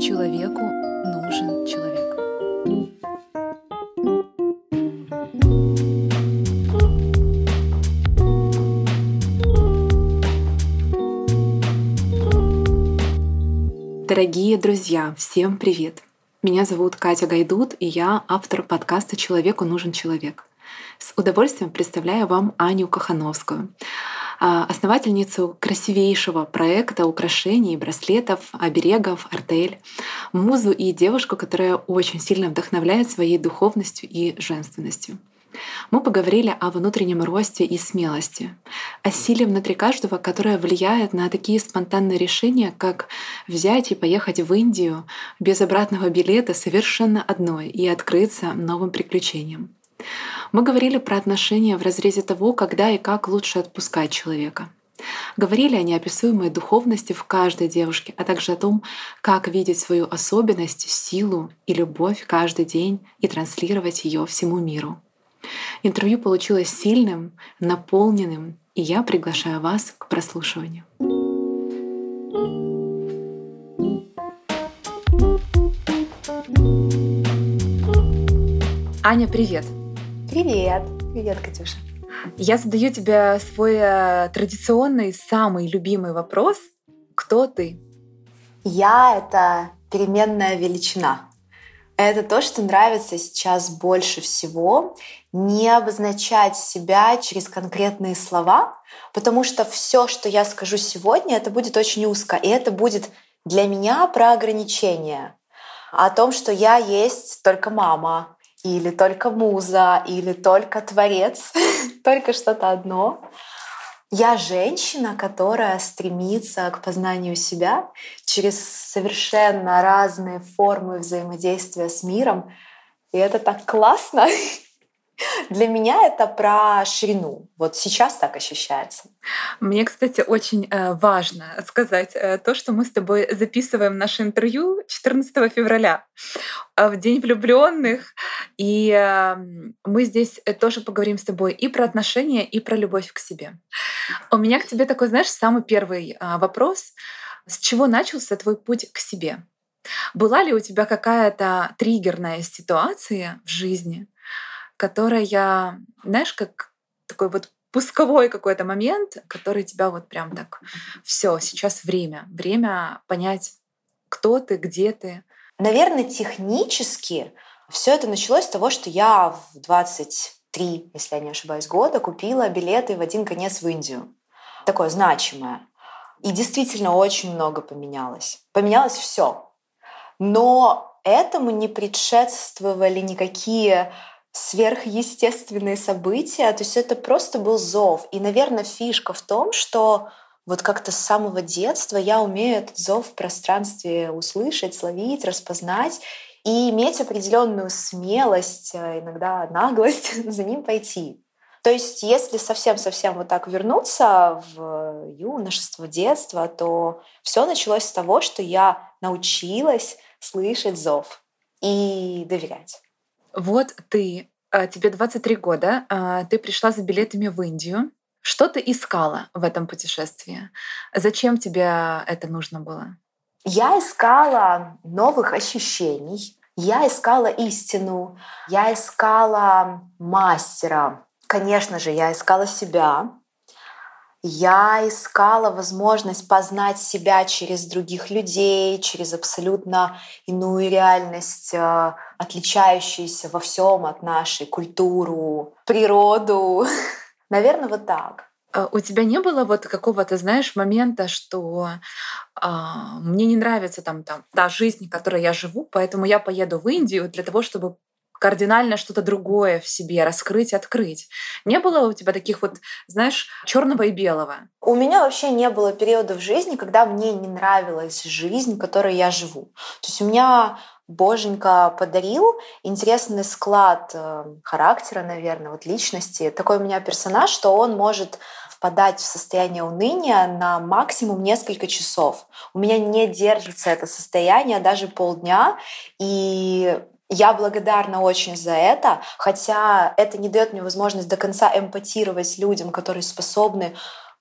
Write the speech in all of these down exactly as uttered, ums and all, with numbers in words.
Человеку нужен человек. Дорогие друзья, всем привет! Меня зовут Катя Гайдут, и я автор подкаста «Человеку нужен человек». С удовольствием представляю вам Аню Кохановскую, основательницу красивейшего проекта украшений, браслетов, оберегов «Артель», музу и девушку, которая очень сильно вдохновляет своей духовностью и женственностью. Мы поговорили о внутреннем росте и смелости, о силе внутри каждого, которая влияет на такие спонтанные решения, как взять и поехать в Индию без обратного билета совершенно одной и открыться новым приключениям. Мы говорили про отношения в разрезе того, когда и как лучше отпускать человека. Говорили о неописуемой духовности в каждой девушке, а также о том, как видеть свою особенность, силу и любовь каждый день и транслировать ее всему миру. Интервью получилось сильным, наполненным, и я приглашаю вас к прослушиванию. Аня, привет! Привет! Привет, Катюша! Я задаю тебе свой традиционный, самый любимый вопрос. Кто ты? Я — это переменная величина. Это то, что нравится сейчас больше всего. Не обозначать себя через конкретные слова, потому что все, что я скажу сегодня, это будет очень узко. И это будет для меня про ограничения. О том, что я есть только мама, или только муза, или только творец, только что-то одно. Я женщина, которая стремится к познанию себя через совершенно разные формы взаимодействия с миром. И это так классно. Для меня это про ширину. Вот сейчас так ощущается. Мне, кстати, очень важно сказать то, что мы с тобой записываем наше интервью четырнадцатого февраля, в День влюбленных. И мы здесь тоже поговорим с тобой и про отношения, и про любовь к себе. У меня к тебе такой, знаешь, самый первый вопрос. С чего начался твой путь к себе? Была ли у тебя какая-то триггерная ситуация в жизни, которая, знаешь, как такой вот пусковой какой-то момент, который тебя вот прям так: все, сейчас время, время понять, кто ты, где ты. Наверное, технически все это началось с того, что я в двадцать три, если я не ошибаюсь, года купила билеты в один конец в Индию. Такое значимое. И действительно очень много поменялось. Поменялось все. Но этому не предшествовали никакие сверхъестественные события. То есть это просто был зов. И, наверное, фишка в том, что вот как-то с самого детства я умею этот зов в пространстве услышать, словить, распознать и иметь определенную смелость, иногда наглость за ним пойти. То есть если совсем-совсем вот так вернуться в юношество, детство, то все началось с того, что я научилась слышать зов и доверять. Вот ты, тебе двадцать три года, ты пришла за билетами в Индию. Что ты искала в этом путешествии? Зачем тебе это нужно было? Я искала новых ощущений, я искала истину, я искала мастера. Конечно же, я искала себя. Я искала возможность познать себя через других людей, через абсолютно иную реальность, отличающуюся во всем от нашей, культуру, природу. Наверное, вот так. У тебя не было вот какого-то, знаешь, момента, что а, мне не нравится там, там та жизнь, в которой я живу, поэтому я поеду в Индию для того, чтобы кардинально что-то другое в себе раскрыть, открыть. Не было у тебя таких вот, знаешь, черного и белого? У меня вообще не было периода в жизни, когда мне не нравилась жизнь, в которой я живу. То есть у меня Боженька подарил интересный склад характера, наверное, вот личности. Такой у меня персонаж, что он может впадать в состояние уныния на максимум несколько часов. У меня не держится это состояние даже полдня, и я благодарна очень за это, хотя это не дает мне возможность до конца эмпатировать людям, которые способны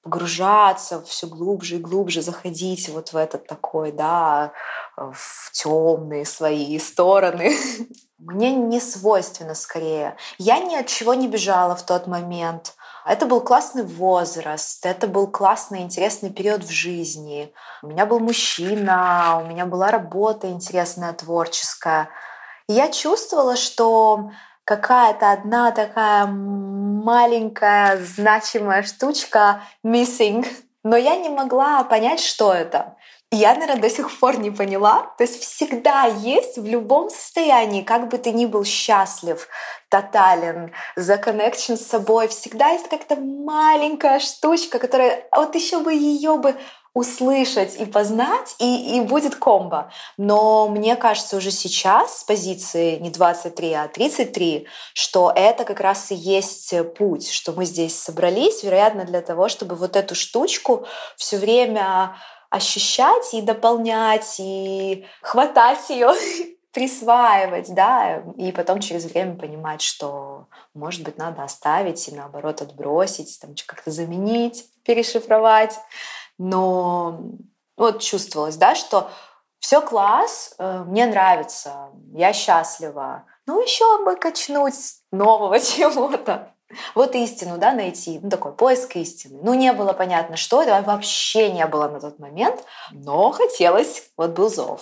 погружаться все глубже и глубже, заходить вот в этот такой, да, в темные свои стороны. Мне не свойственно скорее. Я ни от чего не бежала в тот момент. Это был классный возраст, это был классный, интересный период в жизни. У меня был мужчина, у меня была работа интересная, творческая. И я чувствовала, что какая-то одна такая маленькая значимая штучка missing, но я не могла понять, что это. И я, наверное, до сих пор не поняла. То есть всегда есть в любом состоянии, как бы ты ни был счастлив, тотален, законнекчен с собой, всегда есть какая-то маленькая штучка, которая вот еще бы ее бы услышать и познать, и, и будет комбо. Но мне кажется уже сейчас с позиции не двадцать три, а тридцать три, что это как раз и есть путь, что мы здесь собрались, вероятно, для того, чтобы вот эту штучку все время ощущать и дополнять, и хватать ее, присваивать, да, и потом через время понимать, что, может быть, надо оставить и, наоборот, отбросить, там, как-то заменить, перешифровать. Но вот чувствовалось, да, что все класс, мне нравится, я счастлива. Ну, еще бы качнуть нового чего-то. Вот истину, да, найти, ну, такой поиск истины. Ну, не было понятно, что это, вообще не было на тот момент, но хотелось, вот был зов.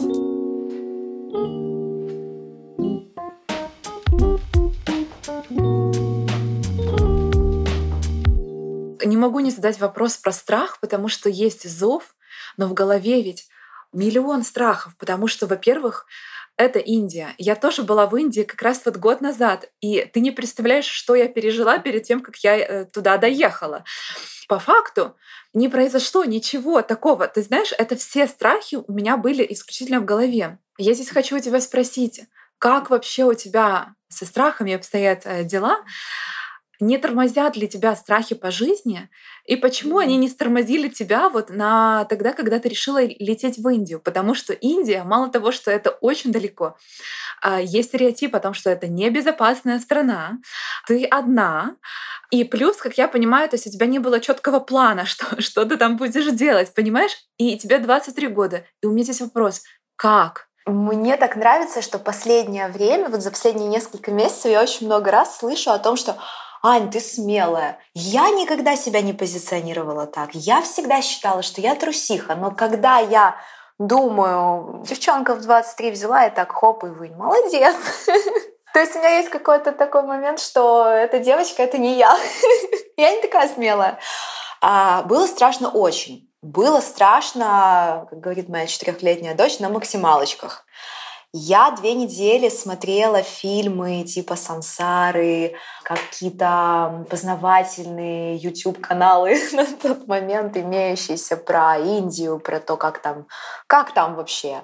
Не могу не задать вопрос про страх, потому что есть зов, но в голове ведь миллион страхов, потому что, во-первых, это Индия. Я тоже была в Индии как раз вот год назад, и ты не представляешь, что я пережила перед тем, как я туда доехала. По факту не произошло ничего такого. Ты знаешь, это все страхи у меня были исключительно в голове. Я здесь хочу у тебя спросить, как вообще у тебя со страхами обстоят дела? Не тормозят ли тебя страхи по жизни? И почему они не стормозили тебя вот на тогда, когда ты решила лететь в Индию? Потому что Индия, мало того, что это очень далеко, есть стереотип о том, что это небезопасная страна, ты одна, и плюс, как я понимаю, то есть у тебя не было четкого плана, что, что ты там будешь делать, понимаешь? И тебе двадцать три года. И у меня здесь вопрос, как? Мне так нравится, что последнее время, вот за последние несколько месяцев я очень много раз слышу о том, что «Ань, ты смелая». Я никогда себя не позиционировала так. Я всегда считала, что я трусиха. Но когда я думаю, девчонка в двадцать три взяла и так хоп, и вынь, молодец. То есть у меня есть какой-то такой момент, что эта девочка — это не я. Я не такая смелая. А было страшно очень. Было страшно, как говорит моя четырехлетняя дочь, на максималочках. Я две недели смотрела фильмы типа «Сансары», какие-то познавательные YouTube-каналы на тот момент, имеющиеся про Индию, про то, как там, как там вообще.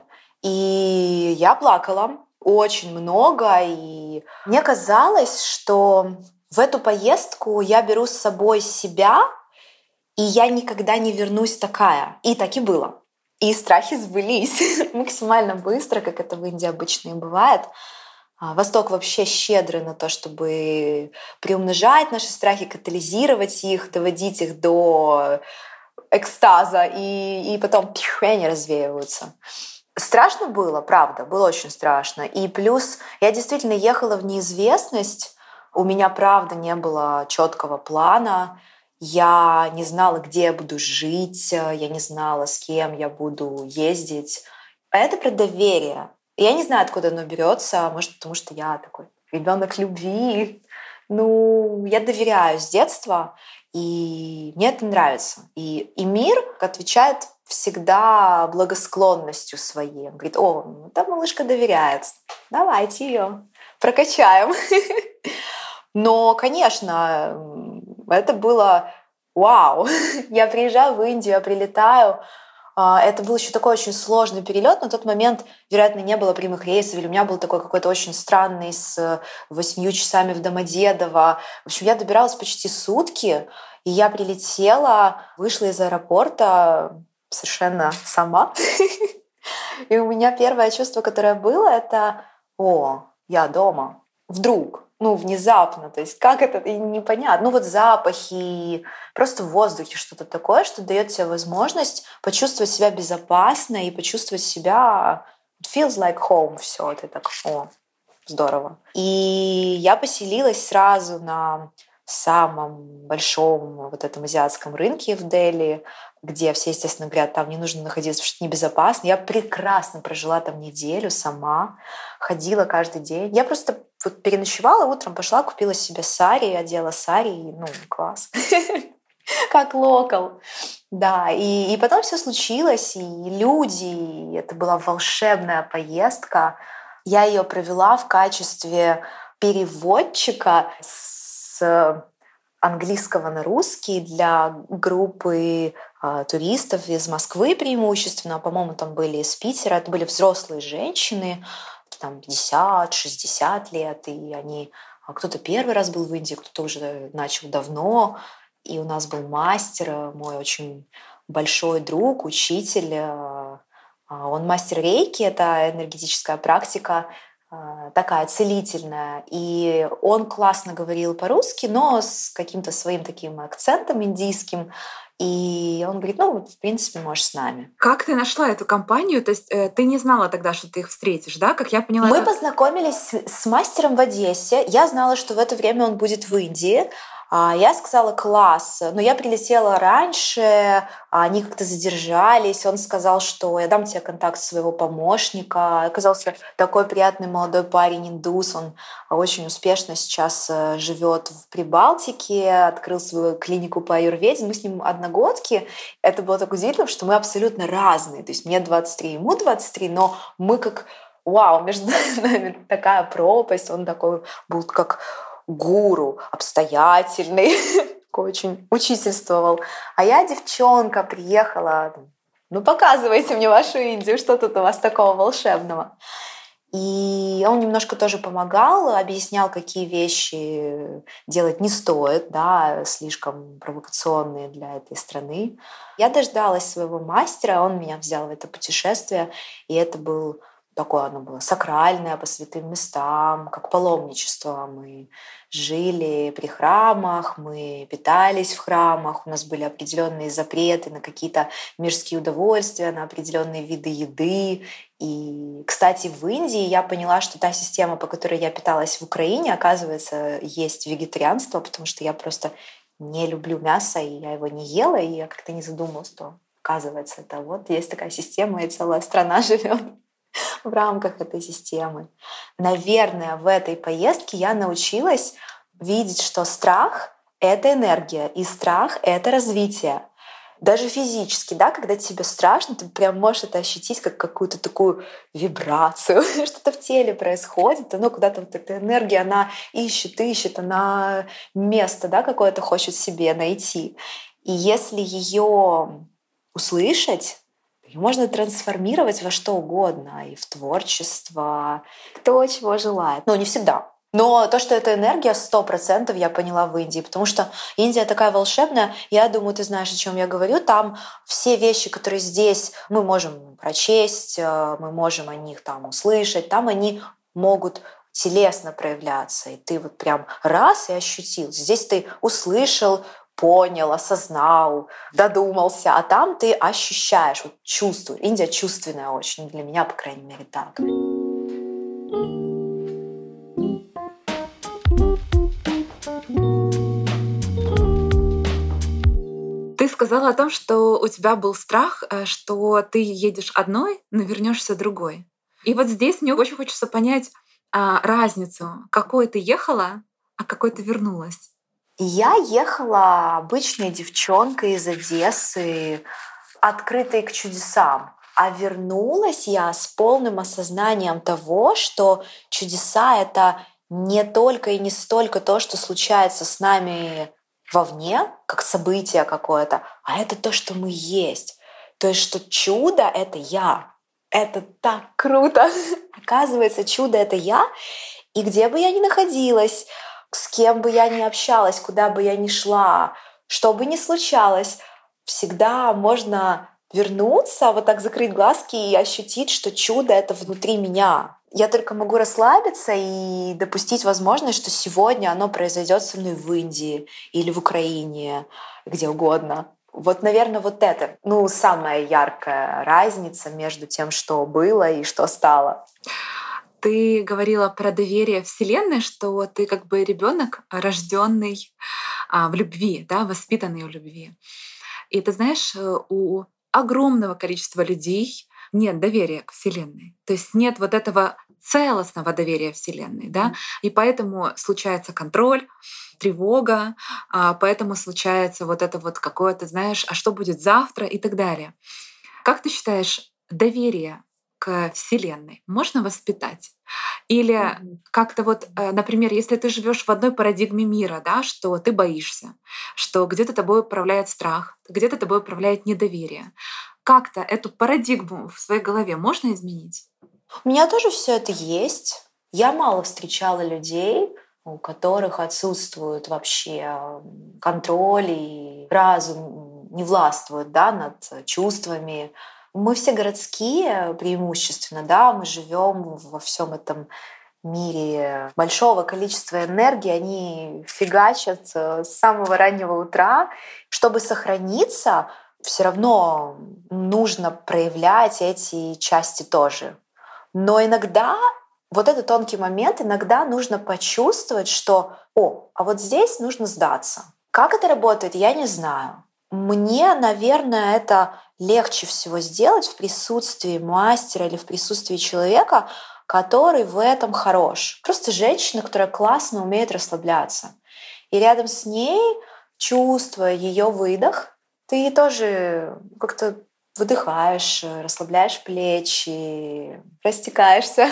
И я плакала очень много, и мне казалось, что в эту поездку я беру с собой себя, и я никогда не вернусь такая. И так и было. И страхи сбылись максимально быстро, как это в Индии обычно и бывает. Восток вообще щедрый на то, чтобы приумножать наши страхи, катализировать их, доводить их до экстаза, и, и потом пих, и они развеиваются. Страшно было, правда, было очень страшно. И плюс я действительно ехала в неизвестность. У меня, правда, не было четкого плана. Я не знала, где я буду жить, я не знала, с кем я буду ездить. А это про доверие. Я не знаю, откуда оно берется, может, потому что я такой ребенок любви. Ну, я доверяю с детства, и мне это нравится. И, и мир отвечает всегда благосклонностью своей. Он говорит: о, эта малышка доверяет, давайте ее прокачаем. Но, конечно, это было вау. Я приезжаю в Индию, я прилетаю. Это был еще такой очень сложный перелет. На тот момент, вероятно, не было прямых рейсов, или у меня был такой какой-то очень странный с восьмью часами в Домодедово. В общем, я добиралась почти сутки, и я прилетела, вышла из аэропорта совершенно сама. И у меня первое чувство, которое было, это: о, я дома. вдруг, ну, внезапно. То есть как это, непонятно. Ну, вот запахи, просто в воздухе что-то такое, что дает тебе возможность почувствовать себя безопасно и почувствовать себя it feels like home. Все, ты так, о, здорово. И я поселилась сразу на самом большом вот этом азиатском рынке в Дели, где все, естественно, говорят, там не нужно находиться, потому что небезопасно. Я прекрасно прожила там неделю сама, ходила каждый день. Я просто вот переночевала, утром пошла, купила себе сари, одела сари, и, ну, класс. Как локал. Да, и, и потом все случилось, и люди, и это была волшебная поездка. Я ее провела в качестве переводчика с английского на русский для группы э, туристов из Москвы преимущественно. По-моему, там были из Питера. Это были взрослые женщины, там пятьдесят-шестьдесят лет, и они... Кто-то первый раз был в Индии, кто-то уже начал давно. И у нас был мастер, мой очень большой друг, учитель. Он мастер рейки, это энергетическая практика, такая целительная. И он классно говорил по-русски, но с каким-то своим таким акцентом индийским. И он говорит, ну, в принципе, можешь с нами. Как ты нашла эту компанию? То есть э, ты не знала тогда, что ты их встретишь, да? Как я поняла, Мы это... познакомились с мастером в Одессе. Я знала, что в это время он будет в Индии. Я сказала, класс, но я прилетела раньше, они как-то задержались. Он сказал, что я дам тебе контакт своего помощника. Оказался такой приятный молодой парень, индус. Он очень успешно сейчас живет в Прибалтике, открыл свою клинику по аюрведе. Мы с ним одногодки. Это было так удивительно, что мы абсолютно разные. То есть мне двадцать три, ему двадцать три, но мы как... Вау, между нами такая пропасть. Он такой был как... гуру, обстоятельный, очень учительствовал. А я девчонка, приехала, ну показывайте мне вашу Индию, что тут у вас такого волшебного. И он немножко тоже помогал, объяснял, какие вещи делать не стоит, да, слишком провокационные для этой страны. Я дождалась своего мастера, он меня взял в это путешествие, и это был такое оно было сакральное, по святым местам, как паломничество. Мы жили при храмах, мы питались в храмах, у нас были определенные запреты на какие-то мирские удовольствия, на определенные виды еды. И, кстати, в Индии я поняла, что та система, по которой я питалась в Украине, оказывается, есть вегетарианство, потому что я просто не люблю мясо, и я его не ела, и я как-то не задумалась, что, оказывается, это вот есть такая система, и целая страна живет в рамках этой системы. Наверное, в этой поездке я научилась видеть, что страх — это энергия, и страх — это развитие. Даже физически, да, когда тебе страшно, ты прям можешь это ощутить как какую-то такую вибрацию, что-то в теле происходит, оно куда-то вот эта энергия, она ищет, ищет, она место, да, какое-то хочет себе найти. И если ее услышать, ее можно трансформировать во что угодно, и в творчество, кто чего желает. Но не всегда. Но то, что это энергия, сто процентов я поняла в Индии, потому что Индия такая волшебная. Я думаю, ты знаешь, о чем я говорю. Там все вещи, которые здесь мы можем прочесть, мы можем о них там услышать, там они могут телесно проявляться. И ты вот прям раз и ощутил. Здесь ты услышал, понял, осознал, додумался, а там ты ощущаешь, вот чувствуешь. Индия чувственная очень, для меня, по крайней мере, так. Ты сказала о том, что у тебя был страх, что ты едешь одной, но вернешься другой. И вот здесь мне очень хочется понять а, разницу, какой ты ехала, а какой ты вернулась. Я ехала обычной девчонкой из Одессы, открытой к чудесам. А вернулась я с полным осознанием того, что чудеса — это не только и не столько то, что случается с нами вовне, как событие какое-то, а это то, что мы есть. То есть, что чудо — это я. Это так круто. Оказывается, чудо — это я. И где бы я ни находилась, с кем бы я ни общалась, куда бы я ни шла, что бы ни случалось, всегда можно вернуться, вот так закрыть глазки и ощутить, что чудо — это внутри меня. Я только могу расслабиться и допустить возможность, что сегодня оно произойдет со мной в Индии или в Украине, где угодно. Вот, наверное, вот это, ну, самая яркая разница между тем, что было и что стало. Ты говорила про доверие Вселенной, что ты как бы ребенок, рожденный в любви, да, воспитанный в любви. И ты знаешь, у огромного количества людей нет доверия к Вселенной. То есть нет вот этого целостного доверия Вселенной, да, и поэтому случается контроль, тревога, поэтому случается вот это вот какое-то, знаешь, а что будет завтра и так далее. Как ты считаешь, доверие к Вселенной можно воспитать? Или mm-hmm. как-то вот, например, если ты живешь в одной парадигме мира, да, что ты боишься, что где-то тобой управляет страх, где-то тобой управляет недоверие, как-то эту парадигму в своей голове можно изменить? У меня тоже все это есть. Я мало встречала людей, у которых отсутствует вообще контроль и разум не властвует, да, над чувствами. Мы все городские преимущественно, да, мы живем во всем этом мире большого количества энергии, они фигачат с самого раннего утра. Чтобы сохраниться, все равно нужно проявлять эти части тоже. Но иногда вот этот тонкий момент, иногда нужно почувствовать, что «О, а вот здесь нужно сдаться». Как это работает, я не знаю. Мне, наверное, это легче всего сделать в присутствии мастера или в присутствии человека, который в этом хорош. Просто женщина, которая классно умеет расслабляться. И рядом с ней, чувствуя ее выдох, ты тоже как-то выдыхаешь, расслабляешь плечи, растекаешься.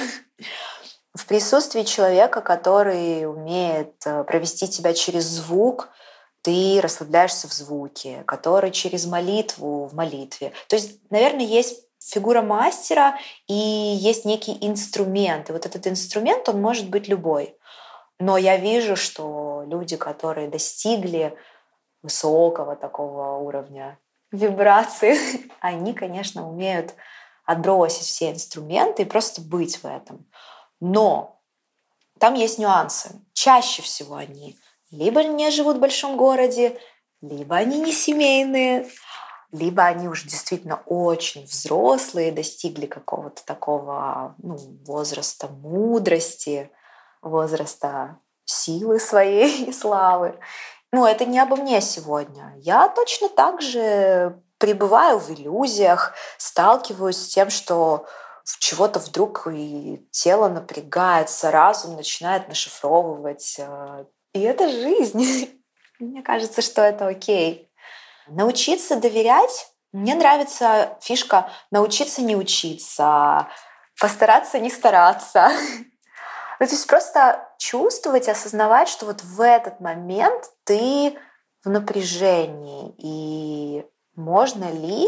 В присутствии человека, который умеет провести тебя через звук, ты расслабляешься в звуке, который через молитву в молитве. То есть, наверное, есть фигура мастера и есть некий инструмент. И вот этот инструмент, он может быть любой. Но я вижу, что люди, которые достигли высокого такого уровня вибрации, они, конечно, умеют отбросить все инструменты и просто быть в этом. Но там есть нюансы. Чаще всего они либо не живут в большом городе, либо они не семейные, либо они уже действительно очень взрослые, достигли какого-то такого, ну, возраста мудрости, возраста силы своей и славы. Ну, это не обо мне сегодня. Я точно так же пребываю в иллюзиях, сталкиваюсь с тем, что чего-то вдруг и тело напрягается, разум начинает нашифровывать. И это жизнь. Мне кажется, что это окей. Научиться доверять. Мне нравится фишка научиться не учиться, постараться не стараться. Ну, то есть просто чувствовать, осознавать, что вот в этот момент ты в напряжении. И можно ли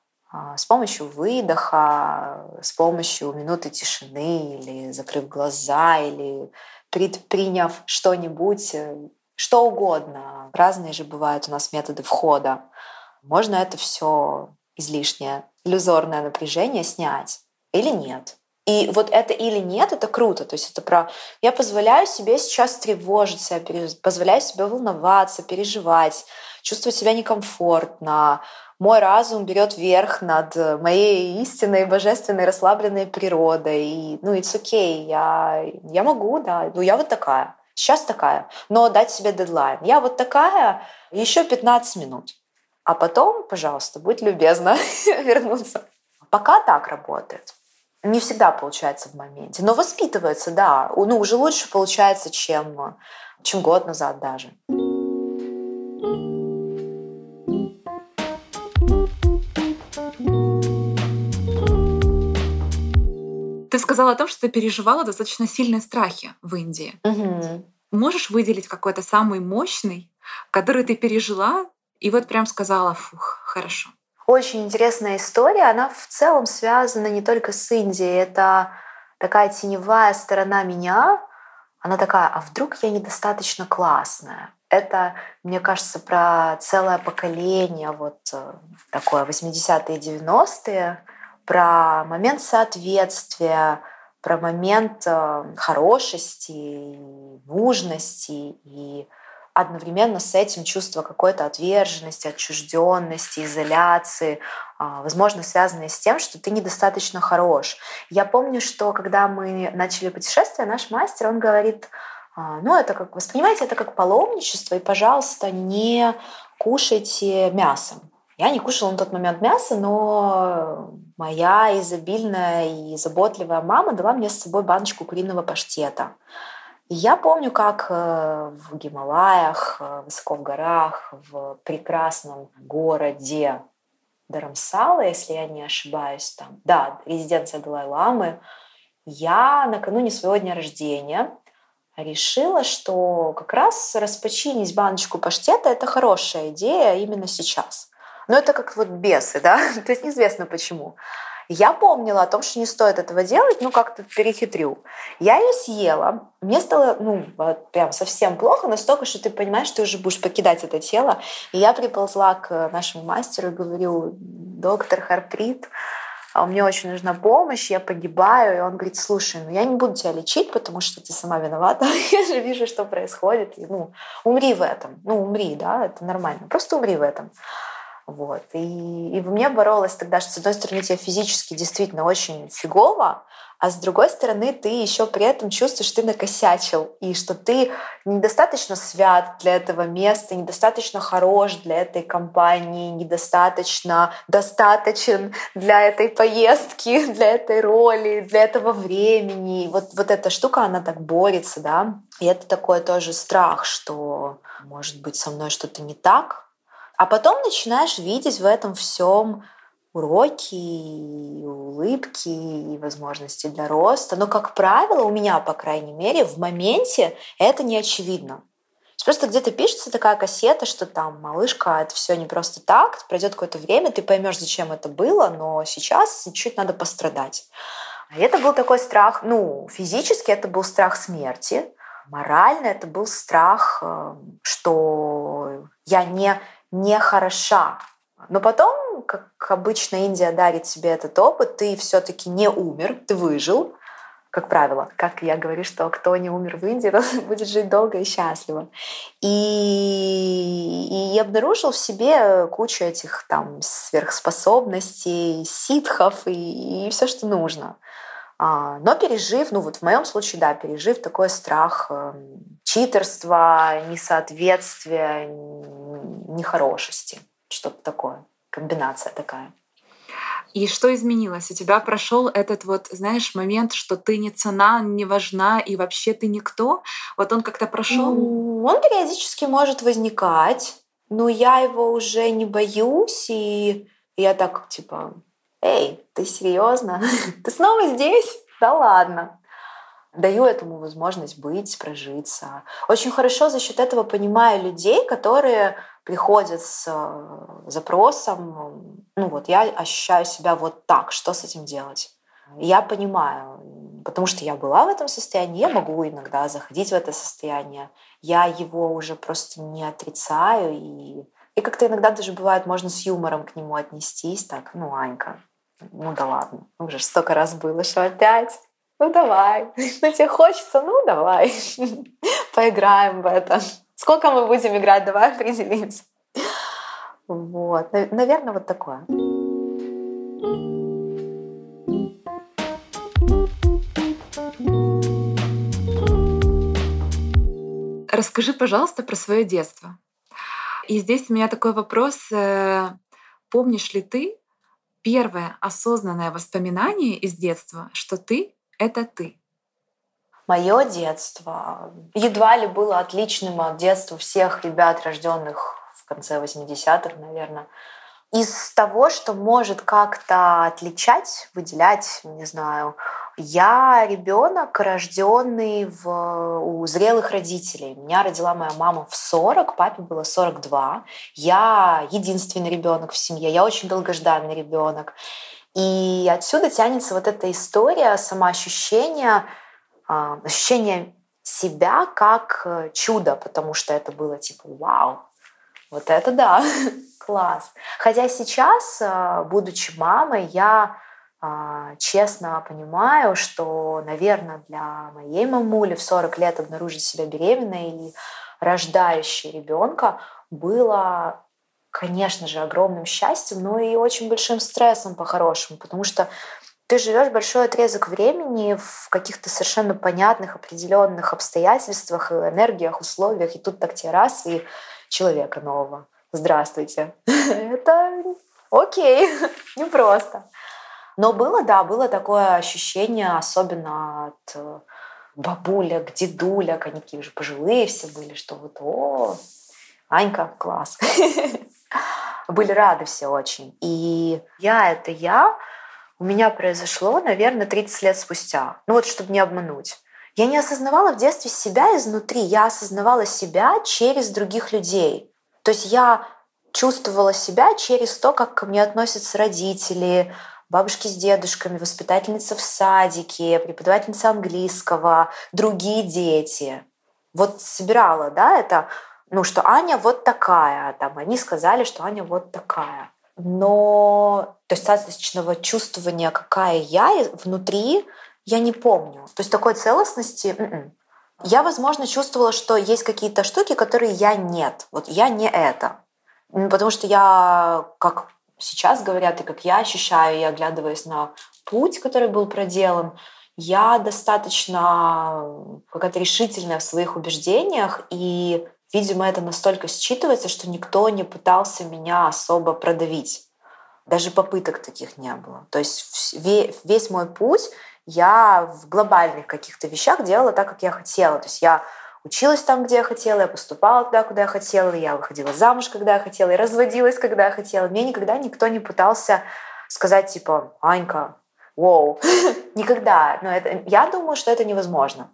с помощью выдоха, с помощью минуты тишины или закрыв глаза, или предприняв что-нибудь, что угодно. Разные же бывают у нас методы входа. Можно это все излишнее, иллюзорное напряжение снять или нет. И вот это или нет, это круто. То есть это про я позволяю себе сейчас тревожиться, я пере... позволяю себе волноваться, переживать, чувствовать себя некомфортно. Мой разум берет верх над моей истинной, божественной, расслабленной природой. И, ну, it's okay, я, я могу, да, ну, я вот такая, сейчас такая, но дать себе дедлайн. Я вот такая, еще пятнадцать минут. А потом, пожалуйста, будь любезна вернуться. Пока так работает. Не всегда получается в моменте, но воспитывается, да. Ну, уже лучше получается, чем, чем год назад даже. Ты сказала о том, что ты переживала достаточно сильные страхи в Индии. Угу. Можешь выделить какой-то самый мощный, который ты пережила, и вот прям сказала, фух, хорошо. Очень интересная история. Она в целом связана не только с Индией. Это такая теневая сторона меня. Она такая, а вдруг я недостаточно классная? Это, мне кажется, про целое поколение, вот такое восьмидесятые, девяностые, про момент соответствия, про момент хорошести, нужности и одновременно с этим чувство какой-то отверженности, отчужденности, изоляции, возможно, связанные с тем, что ты недостаточно хорош. Я помню, что когда мы начали путешествие, наш мастер, он говорит, ну, это как, воспринимайте это как паломничество, и, пожалуйста, не кушайте мясо. Я не кушала на тот момент мясо, но моя изобильная и заботливая мама дала мне с собой баночку куриного паштета. И я помню, как в Гималаях, высоко в горах, в прекрасном городе Dharamsala, если я не ошибаюсь, там, да, резиденция Далай-ламы, я накануне своего дня рождения решила, что как раз распочинить баночку паштета — это хорошая идея именно сейчас. Но это как вот бесы, да? То есть неизвестно почему. Я помнила о том, что не стоит этого делать, ну как-то перехитрю. Я ее съела. Мне стало, ну, прям совсем плохо, настолько, что ты понимаешь, что ты уже будешь покидать это тело. И я приползла к нашему мастеру и говорю: доктор Харприт, мне очень нужна помощь, я погибаю. И он говорит: слушай, ну я не буду тебя лечить, потому что ты сама виновата. Я же вижу, что происходит. И, ну, умри в этом. Ну, умри, да, это нормально. Просто умри в этом. Вот. И, и во мне боролась тогда, что, с одной стороны, тебе физически действительно очень фигово, а с другой стороны, ты еще при этом чувствуешь, что ты накосячил, и что ты недостаточно свят для этого места, недостаточно хорош для этой компании, недостаточно достаточен для этой поездки, для этой роли, для этого времени. И вот, вот эта штука, она так борется, да. И это такой тоже страх, что, может быть, со мной что-то не так. А потом начинаешь видеть в этом всем уроки, и улыбки и возможности для роста. Но, как правило, у меня, по крайней мере, в моменте это не очевидно. Просто где-то пишется такая кассета, что там, малышка, это все не просто так, пройдет какое-то время, ты поймешь, зачем это было, но сейчас чуть-чуть надо пострадать. И это был такой страх, ну, физически это был страх смерти, морально это был страх, что я не не хороша. Но потом, как обычно, Индия дарит тебе этот опыт, ты все-таки не умер, ты выжил, как правило. Как я говорю, что кто не умер в Индии, тот будет жить долго и счастливо. И, и обнаружил в себе кучу этих там сверхспособностей, ситхов и, и все, что нужно. Но пережив, ну вот в моем случае, да, пережив такой страх читерства, несоответствия, нехорошести, что-то такое, комбинация такая. И что изменилось? У тебя прошел этот вот, знаешь, момент, что ты не цена, не важна и вообще ты никто? Вот он как-то прошел? Он периодически может возникать, но я его уже не боюсь, и я так типа: эй, ты серьезно? Ты снова здесь? Да ладно. Даю этому возможность быть, прожиться. Очень хорошо за счет этого понимаю людей, которые приходят с запросом: ну вот я ощущаю себя вот так, что с этим делать? Я понимаю, потому что я была в этом состоянии, я могу иногда заходить в это состояние. Я его уже просто не отрицаю, и, и как-то иногда даже бывает, можно с юмором к нему отнестись, так: ну, Анька, ну да ладно, уже столько раз было, что опять? Ну давай, ну тебе хочется, ну давай, поиграем в это. Сколько мы будем играть, давай определимся. Вот, наверное, вот такое. Расскажи, пожалуйста, про свое детство. И здесь у меня такой вопрос. Помнишь ли ты первое осознанное воспоминание из детства, что ты — это ты? Мое детство едва ли было отличным от детства всех ребят, рожденных в конце восьмидесятых, наверное. Из того, что может как-то отличать, выделять, не знаю, я ребенок, рожденный в, у зрелых родителей. Меня родила моя мама в сорок, папе было сорок два. Я единственный ребенок в семье, я очень долгожданный ребенок. И отсюда тянется вот эта история самоощущения, ощущение себя как чудо, потому что это было типа «Вау, вот это да, класс». Хотя сейчас, будучи мамой, я честно понимаю, что, наверное, для моей мамули в сорок лет обнаружить себя беременной и рождающей ребенка было, конечно же, огромным счастьем, но и очень большим стрессом по-хорошему, потому что ты живешь большой отрезок времени в каких-то совершенно понятных, определенных обстоятельствах, энергиях, условиях, и тут так тебе раз, и человека нового. Здравствуйте. Это окей, непросто. Но было, да, было такое ощущение, особенно от бабулек, дедулек, они такие уже пожилые все были, что вот, о, Анька, класс. Были рады все очень. И я — это я. У меня произошло, наверное, тридцать лет спустя. Ну вот, чтобы не обмануть. Я не осознавала в детстве себя изнутри, я осознавала себя через других людей. То есть я чувствовала себя через то, как ко мне относятся родители, бабушки с дедушками, воспитательница в садике, преподавательница английского, другие дети. Вот собирала, да, это, ну, что Аня вот такая, там, они сказали, что Аня вот такая. Но, то есть, достаточного чувствования, какая я внутри, я не помню. То есть такой целостности м-м. Я, возможно, чувствовала, что есть какие-то штуки, которые я нет. Вот я не это. Потому что я, как сейчас говорят, и как я ощущаю, и оглядываясь на путь, который был проделан, я достаточно какая-то решительная в своих убеждениях, и, видимо, это настолько считывается, что никто не пытался меня особо продавить. Даже попыток таких не было. То есть весь мой путь я в глобальных каких-то вещах делала так, как я хотела. То есть я училась там, где я хотела, я поступала туда, куда я хотела, я выходила замуж, когда я хотела, и разводилась, когда я хотела. Мне никогда никто не пытался сказать, типа, Анька, воу, никогда. Но это, я думаю, что это невозможно.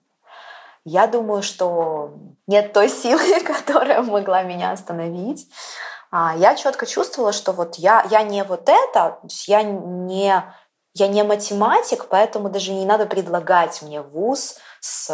Я думаю, что нет той силы, которая могла меня остановить. Я четко чувствовала, что вот я, я не вот это, то есть я не, я не математик, поэтому даже не надо предлагать мне вуз с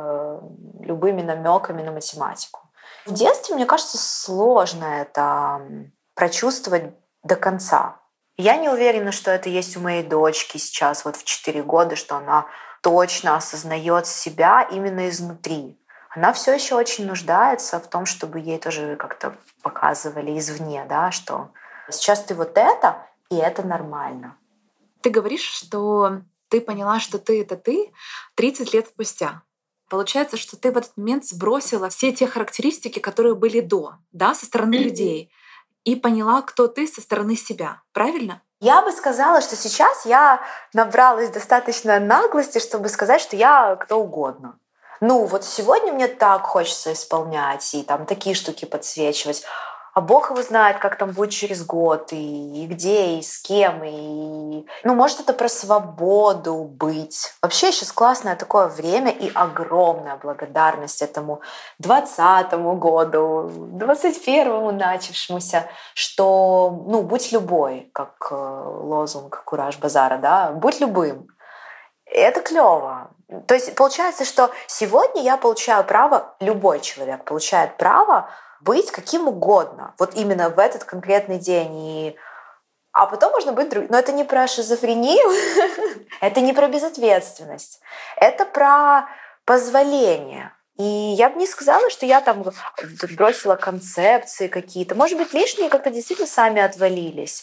любыми намеками на математику. В детстве, мне кажется, сложно это прочувствовать до конца. Я не уверена, что это есть у моей дочки сейчас, вот в четыре года, что она точно осознает себя именно изнутри. Она все еще очень нуждается в том, чтобы ей тоже как-то показывали извне, да, что сейчас ты вот это, и это нормально. Ты говоришь, что ты поняла, что ты — это ты тридцать лет спустя. Получается, что ты в этот момент сбросила все те характеристики, которые были до, да, со стороны людей, и поняла, кто ты со стороны себя. Правильно? Я бы сказала, что сейчас я набралась достаточно наглости, чтобы сказать, что я кто угодно. Ну, вот сегодня мне так хочется исполнять и там такие штуки подсвечивать. А Бог его знает, как там будет через год, и, и где, и с кем. И... Ну, может, это про свободу быть. Вообще сейчас классное такое время и огромная благодарность этому двадцатому году, двадцать первому начавшемуся, что, ну, будь любой, как лозунг Кураж Базара, да, будь любым. Это клево. То есть получается, что сегодня я получаю право, любой человек получает право быть каким угодно, вот именно в этот конкретный день. И... А потом можно быть другим. Но это не про шизофрению, это не про безответственность, это про позволение. И я бы не сказала, что я там бросила концепции какие-то. Может быть, лишние как-то действительно сами отвалились.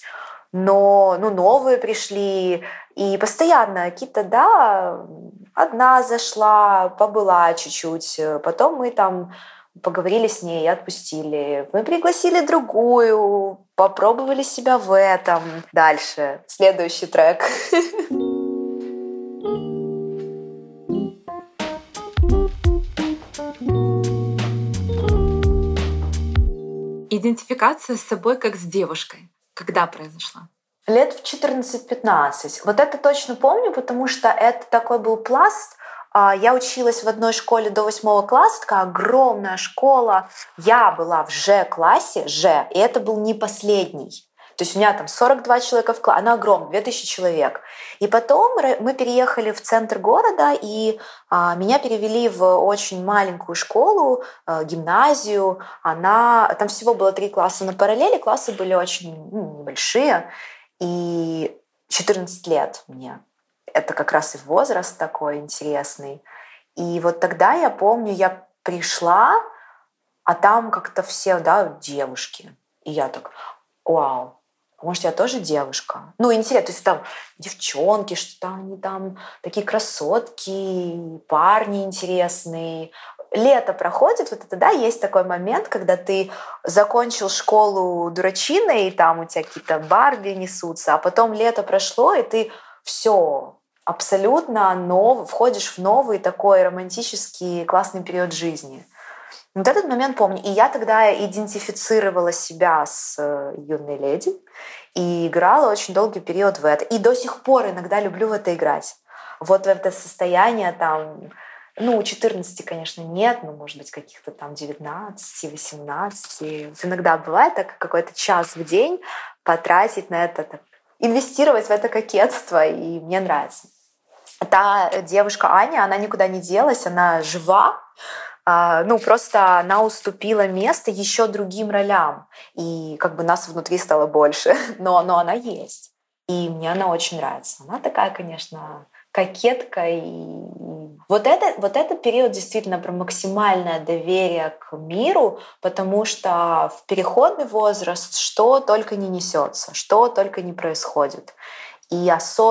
Но ну, новые пришли, и постоянно какие-то, да, одна зашла, побыла чуть-чуть, потом мы там поговорили с ней, отпустили. Мы пригласили другую, попробовали себя в этом. Дальше, следующий трек. Идентификация с собой как с девушкой. Когда произошла? Лет в четырнадцать-пятнадцать. Вот это точно помню, потому что это такой был пласт. Я училась в одной школе до восьмого класса, такая огромная школа. Я была в Ж-классе, Ж, и это был не последний. То есть у меня там сорок два человека в классе, она огромная, две тысячи человек. И потом мы переехали в центр города, и а, меня перевели в очень маленькую школу, а, гимназию. Она, там всего было три класса на параллели, классы были очень ну, небольшие. И четырнадцать лет мне. Это как раз и возраст такой интересный. И вот тогда я помню, я пришла, а там как-то все, да, девушки. И я так, вау, может, я тоже девушка? Ну, интересно, то есть там девчонки, что они там такие красотки, парни интересные. Лето проходит, вот это, да, есть такой момент, когда ты закончил школу дурачиной, и там у тебя какие-то Барби несутся, а потом лето прошло, и ты все абсолютно нов, входишь в новый такой романтический классный период жизни. Вот этот момент помню. И я тогда идентифицировала себя с юной леди и играла очень долгий период в это. И до сих пор иногда люблю в это играть. Вот в это состояние там, ну, у четырнадцати, конечно, нет, но, может быть, каких-то там девятнадцати, восемнадцати. Иногда бывает так, какой-то час в день потратить на это, так, инвестировать в это кокетство, и мне нравится. Та девушка Аня, она никуда не делась, она жива. Ну, просто она уступила место еще другим ролям. И как бы нас внутри стало больше. Но, но она есть. И мне она очень нравится. Она такая, конечно, кокетка. И вот, это, вот этот период действительно про максимальное доверие к миру, потому что в переходный возраст что только не несется, что только не происходит. И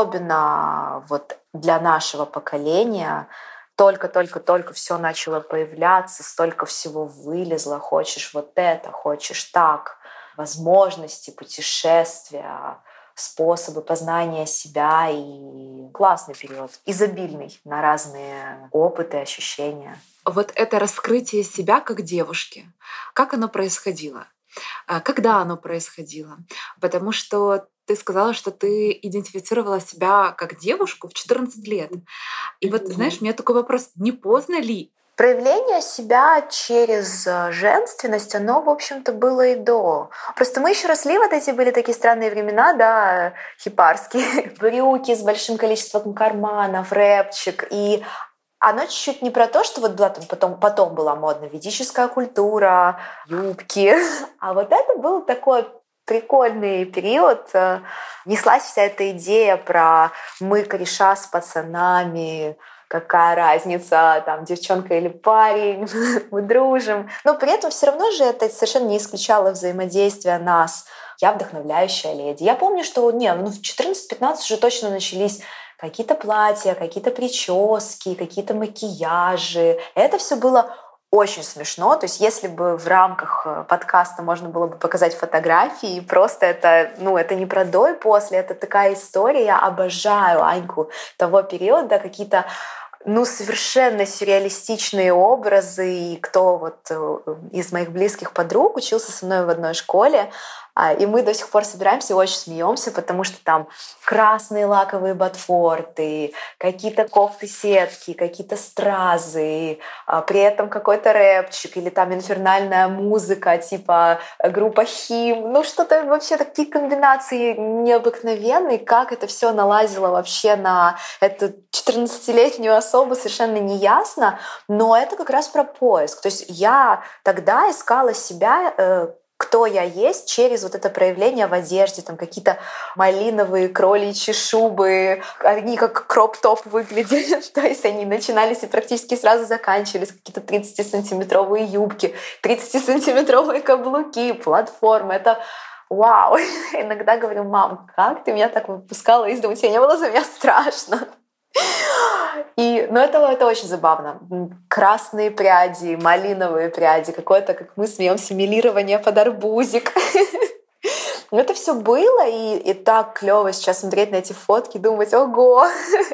особенно вот для нашего поколения только-только-только все начало появляться, столько всего вылезло, хочешь вот это, хочешь так, возможности, путешествия, способы познания себя, и классный период, изобильный на разные опыты, ощущения. Вот это раскрытие себя как девушки, как оно происходило? Когда оно происходило? Потому что ты сказала, что ты идентифицировала себя как девушку в четырнадцать лет. И вот, знаешь, у меня такой вопрос, не поздно ли? Проявление себя через женственность, оно, в общем-то, было и до. Просто мы еще росли, вот эти были такие странные времена, да, хипарские. Брюки с большим количеством карманов, рэпчик. И оно чуть-чуть не про то, что вот была там потом, потом была модна ведическая культура, юбки. А вот это был такой прикольный период. Неслась вся эта идея про мы кореша с пацанами, какая разница, там, девчонка или парень, мы дружим. Но при этом все равно же это совершенно не исключало взаимодействия нас. Я вдохновляющая леди. Я помню, что не, ну, в четырнадцать-пятнадцать уже точно начались какие-то платья, какие-то прически, какие-то макияжи. Это все было очень смешно. То есть если бы в рамках подкаста можно было бы показать фотографии, просто это, ну, это не про до и после, это такая история. Я обожаю Аньку того периода, какие-то ну, совершенно сюрреалистичные образы. И кто вот из моих близких подруг учился со мной в одной школе, и мы до сих пор собираемся и очень смеемся, потому что там красные лаковые ботфорты, какие-то кофты-сетки, какие-то стразы, при этом какой-то рэпчик или там инфернальная музыка, типа группа Хим. Ну, что-то вообще такие комбинации необыкновенные. Как это все налазило вообще на эту четырнадцатилетнюю особу, совершенно неясно. Но это как раз про поиск. То есть я тогда искала себя, кто я есть, через вот это проявление в одежде, там какие-то малиновые кроличьи шубы, они как кроп-топ выглядели, то есть они начинались и практически сразу заканчивались, какие-то тридцатисантиметровые юбки, тридцатисантиметровые каблуки, платформы, это вау! Иногда говорю, мам, как ты меня так выпускала из дома, тебе не было за меня страшно? И, ну, это, это очень забавно. Красные пряди, малиновые пряди, какое-то, как мы смеемся, милирование под арбузик. Это все было, и, и так клево сейчас смотреть на эти фотки, думать, ого!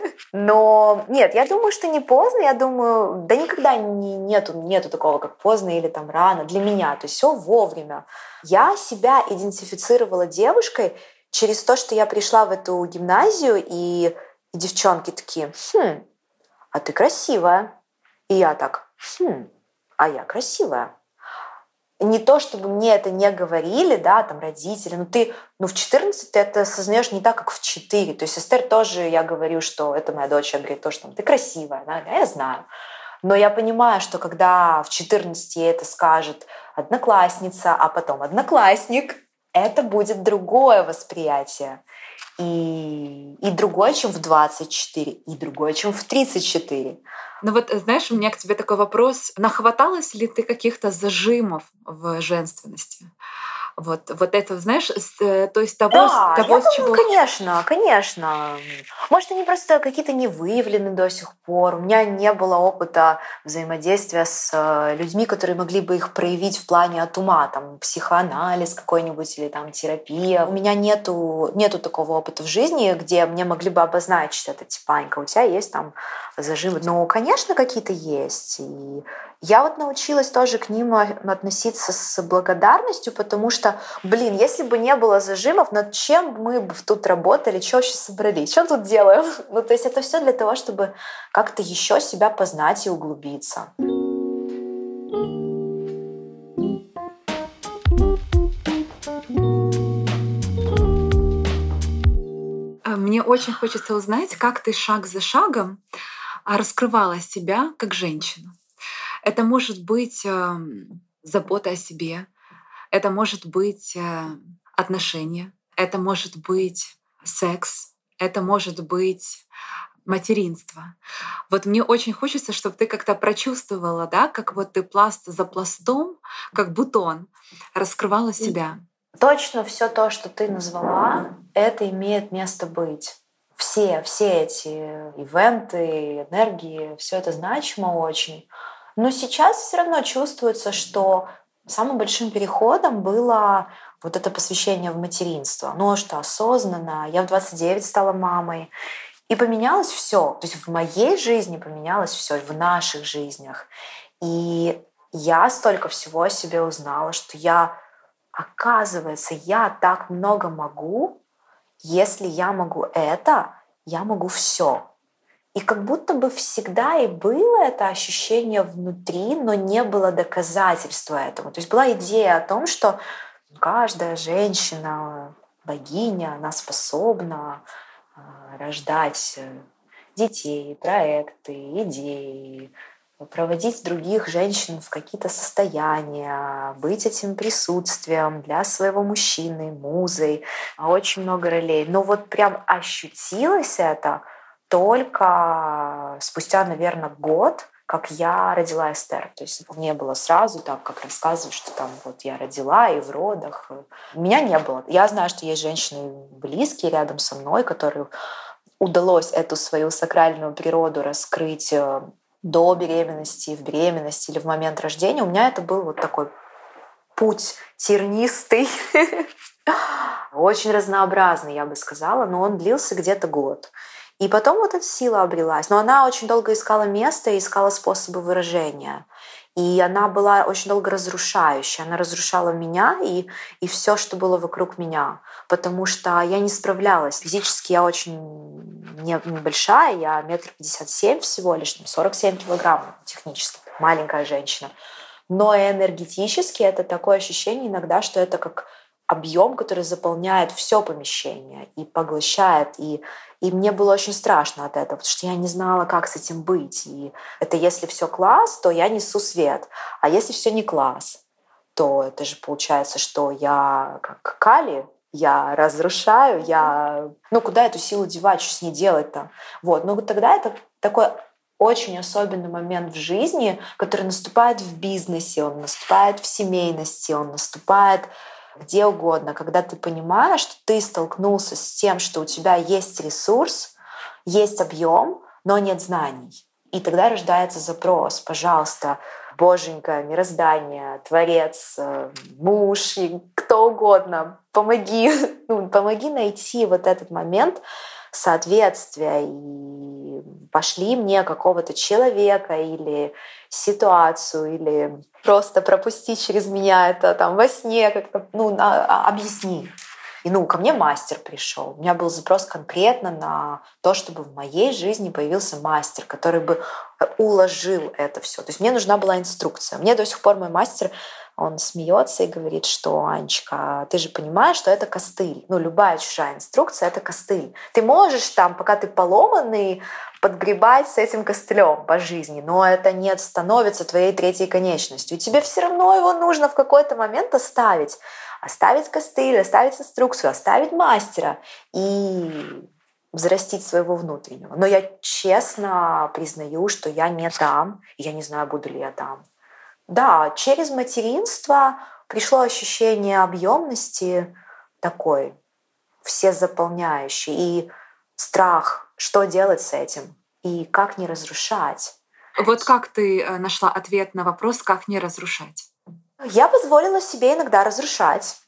Но нет, я думаю, что не поздно, я думаю, да никогда не, нету, нету такого, как поздно или там рано для меня, то есть все вовремя. Я себя идентифицировала девушкой через то, что я пришла в эту гимназию, и И девчонки такие, хм, а ты красивая. И я так, хм, а я красивая. не то, чтобы мне это не говорили, да, там родители, но ты, ну, в четырнадцать ты это осознаешь не так, как в четыре. То есть Эстер тоже, я говорю, что это моя дочь, я говорю, тоже там, ты красивая, да, я знаю. Но я понимаю, что когда в четырнадцать ей это скажет одноклассница, а потом одноклассник, это будет другое восприятие. И, и другое, чем в двадцать четыре, и другое, чем в тридцать четыре. Ну вот, знаешь, у меня к тебе такой вопрос. Нахваталась ли ты каких-то зажимов в женственности? Вот, вот это, знаешь, с, то есть того, Да, того я с думаю, чего... конечно, конечно. Может, они просто какие-то не выявлены до сих пор. У меня не было опыта взаимодействия с э, людьми, которые могли бы их проявить в плане от ума, там, психоанализ какой-нибудь или там терапия. У меня нету, нету такого опыта в жизни, где мне могли бы обозначить это, типа, Анька, у тебя есть там зажимы. Ну, конечно, какие-то есть. И я вот научилась тоже к ним относиться с благодарностью, потому что, блин, если бы не было зажимов, над чем мы бы тут работали, что вообще собрались, что тут делаем? Ну, то есть это все для того, чтобы как-то еще себя познать и углубиться. Мне очень хочется узнать, как ты шаг за шагом раскрывала себя как женщину. Это может быть э, забота о себе, это может быть э, отношения, это может быть секс, это может быть материнство. Вот мне очень хочется, чтобы ты как-то прочувствовала, да, как вот ты пласт за пластом, как бутон, раскрывала себя. Точно все то, что ты назвала, это имеет место быть. Все, все эти ивенты, энергии, все это значимо очень. Но сейчас все равно чувствуется, что самым большим переходом было вот это посвящение в материнство. Ну, что осознанно. Я в двадцать девять стала мамой. И поменялось все. То есть в моей жизни поменялось все, в наших жизнях. И я столько всего о себе узнала, что я, оказывается, я так много могу. Если я могу это, я могу все. И как будто бы всегда и было это ощущение внутри, но не было доказательства этому. То есть была идея о том, что каждая женщина, богиня, она способна рождать детей, проекты, идеи, проводить других женщин в какие-то состояния, быть этим присутствием для своего мужчины, музой, очень много ролей. Но вот прям ощутилось это только спустя, наверное, год, как я родила Эстер. То есть не было сразу так, как рассказывают, что там вот я родила и в родах. Меня не было. Я знаю, что есть женщины близкие рядом со мной, которые удалось эту свою сакральную природу раскрыть до беременности, в беременности или в момент рождения. У меня это был вот такой путь тернистый, очень разнообразный, я бы сказала, но он длился где-то год. И потом вот эта сила обрелась. Но она очень долго искала место и искала способы выражения. И она была очень долго разрушающей. Она разрушала меня и, и все, что было вокруг меня. Потому что я не справлялась. Физически я очень небольшая, я метр пятьдесят семь всего лишь, сорок семь килограмм технически, маленькая женщина. Но энергетически это такое ощущение иногда, что это как объем, который заполняет все помещение и поглощает. И, и мне было очень страшно от этого, потому что я не знала, как с этим быть. И это если все класс, то я несу свет. А если все не класс, то это же получается, что я как Кали, я разрушаю, я... Ну, куда эту силу девать, что с ней делать-то? Вот. Но тогда это такой очень особенный момент в жизни, который наступает в бизнесе, он наступает в семейности, он наступает где угодно, когда ты понимаешь, что ты столкнулся с тем, что у тебя есть ресурс, есть объем, но нет знаний. И тогда рождается запрос: пожалуйста, Боженька, мироздание, Творец, муж, кто угодно, помоги, ну, помоги найти вот этот момент соответствия и пошли мне какого-то человека или ситуацию, или просто пропусти через меня это там во сне как-то, ну, объясни. И ну, ко мне мастер пришел. У меня был запрос конкретно на то, чтобы в моей жизни появился мастер, который бы уложил это все. То есть мне нужна была инструкция. Мне до сих пор мой мастер, он смеется и говорит, что Анечка, ты же понимаешь, что это костыль. Ну, любая чужая инструкция — это костыль. Ты можешь там, пока ты поломанный, подгребать с этим костылем по жизни, но это не становится твоей третьей конечностью. И тебе все равно его нужно в какой-то момент оставить. Оставить костыль, оставить инструкцию, оставить мастера и взрастить своего внутреннего. Но я честно признаю, что я не там, и я не знаю, буду ли я там. Да, через материнство пришло ощущение объемности такой, всезаполняющий, и страх, что делать с этим, и как не разрушать. Вот как ты нашла ответ на вопрос, как не разрушать? Я позволила себе иногда разрушать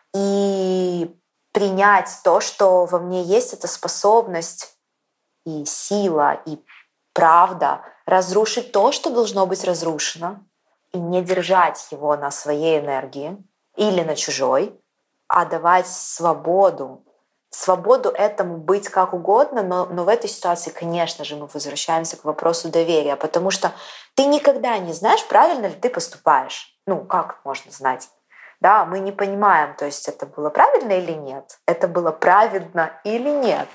и принять то, что во мне есть эта способность и сила, и правда разрушить то, что должно быть разрушено, и не держать его на своей энергии или на чужой, а давать свободу. Свободу этому быть как угодно, но, но в этой ситуации, конечно же, мы возвращаемся к вопросу доверия, потому что ты никогда не знаешь, правильно ли ты поступаешь. Ну, как можно знать? Да, мы не понимаем, то есть это было правильно или нет, это было праведно или нет.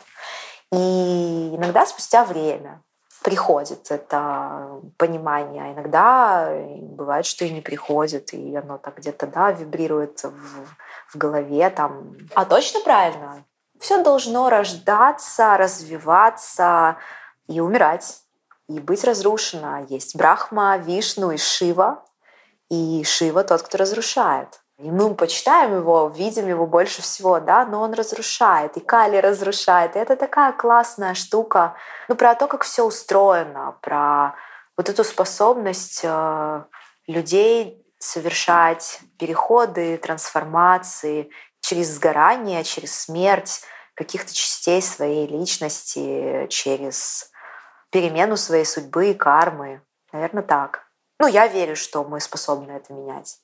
И иногда спустя время приходит это понимание, а иногда бывает, что и не приходит, и оно так где-то, да, вибрирует в, в голове там. А точно правильно? Все должно рождаться, развиваться и умирать, и быть разрушено. Есть Брахма, Вишну и Шива, и Шива — тот, кто разрушает. И мы почитаем его, видим его больше всего, да, но он разрушает, и Кали разрушает. И это такая классная штука, ну, про то, как все устроено, про вот эту способность э, людей совершать переходы, трансформации через сгорание, через смерть каких-то частей своей личности, через перемену своей судьбы и кармы. Наверное, так. Ну, я верю, что мы способны это менять.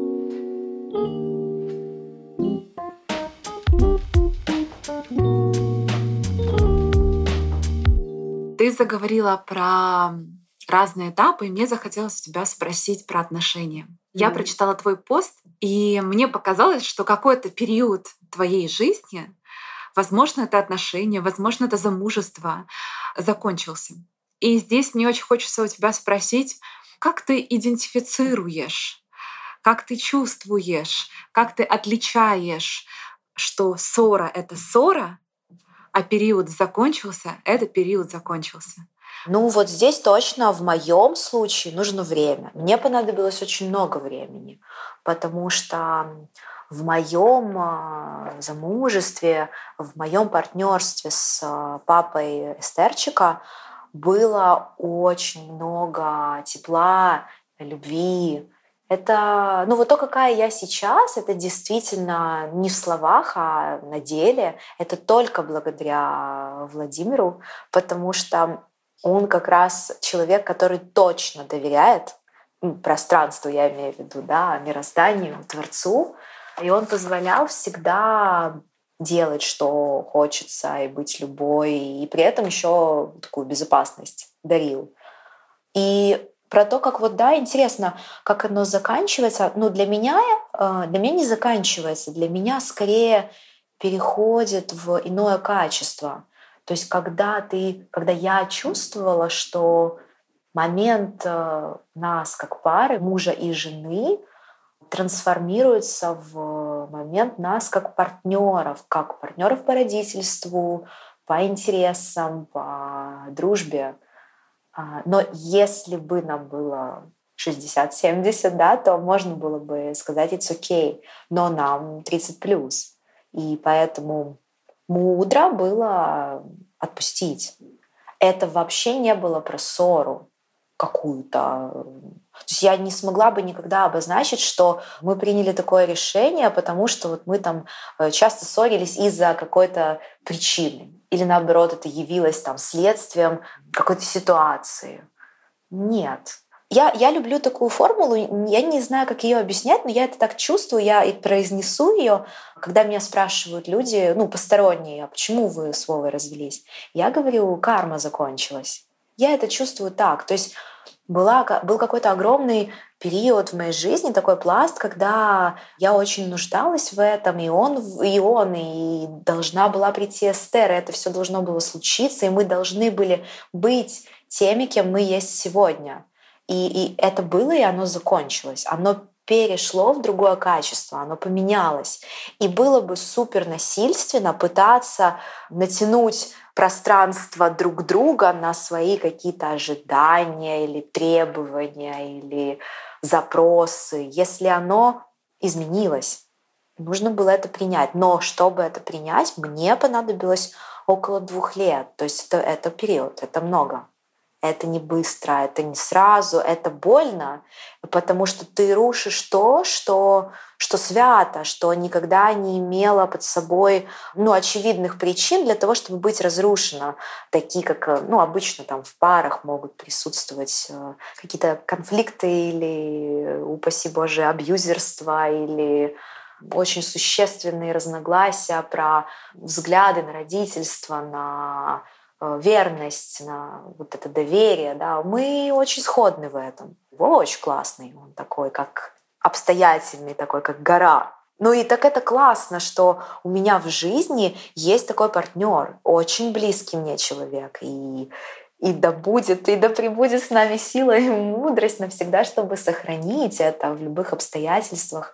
Ты заговорила про разные этапы, и мне захотелось тебя спросить про отношения. Mm. Я прочитала твой пост, и мне показалось, что какой-то период твоей жизни, возможно, это отношения, возможно, это замужество, закончился. И здесь мне очень хочется у тебя спросить, как ты идентифицируешь, как ты чувствуешь, как ты отличаешь, что ссора — это ссора, а период закончился — это период закончился? Ну вот здесь точно в моем случае нужно время. Мне понадобилось очень много времени, потому что в моем замужестве, в моем партнерстве с папой Эстерчика было очень много тепла, любви. Это, ну вот то, какая я сейчас, это действительно не в словах, а на деле. Это только благодаря Владимиру, потому что он как раз человек, который точно доверяет пространству, я имею в виду, да, мирозданию, Творцу. И он позволял всегда делать, что хочется, и быть любой, и при этом еще такую безопасность дарил. И про то, как вот, да, интересно, как оно заканчивается. Ну, для меня, для меня не заканчивается, для меня скорее переходит в иное качество. То есть когда ты, когда я чувствовала, что момент нас как пары, мужа и жены, трансформируется в момент нас как партнеров, как партнеров по родительству, по интересам, по дружбе. Но если бы нам было шестьдесят-семьдесят, да, то можно было бы сказать it's okay, но нам тридцать плюс. И поэтому мудро было отпустить. Это вообще не было про ссору какую-то. То есть я не смогла бы никогда обозначить, что мы приняли такое решение, потому что вот мы там часто ссорились из-за какой-то причины. Или наоборот, это явилось там следствием какой-то ситуации. Нет. Я, я люблю такую формулу, я не знаю, как ее объяснять, но я это так чувствую, я и произнесу ее, когда меня спрашивают люди, ну, посторонние, а почему вы с Вовой развелись? Я говорю, карма закончилась. Я это чувствую так. То есть была, был какой-то огромный период в моей жизни, такой пласт, когда я очень нуждалась в этом, и он, и он, и должна была прийти Эстер, и это все должно было случиться, и мы должны были быть теми, кем мы есть сегодня. И, и это было, и оно закончилось. Оно перешло в другое качество, оно поменялось. И было бы супер насильственно пытаться натянуть пространство друг друга на свои какие-то ожидания или требования или запросы, если оно изменилось. Нужно было это принять. Но чтобы это принять, мне понадобилось около двух лет. То есть это, это период, это много. Это не быстро, это не сразу, это больно, потому что ты рушишь то, что, что свято, что никогда не имело под собой ну, очевидных причин для того, чтобы быть разрушено. Такие, как ну, обычно там, в парах могут присутствовать какие-то конфликты или, упаси Боже, абьюзерство или очень существенные разногласия про взгляды на родительство, на верность, на вот это доверие, да, мы очень сходны в этом. Вова очень классный, он такой, как обстоятельный, такой, как гора. Ну и так это классно, что у меня в жизни есть такой партнер, очень близкий мне человек, и и да будет, и да пребудет с нами сила и мудрость навсегда, чтобы сохранить это в любых обстоятельствах.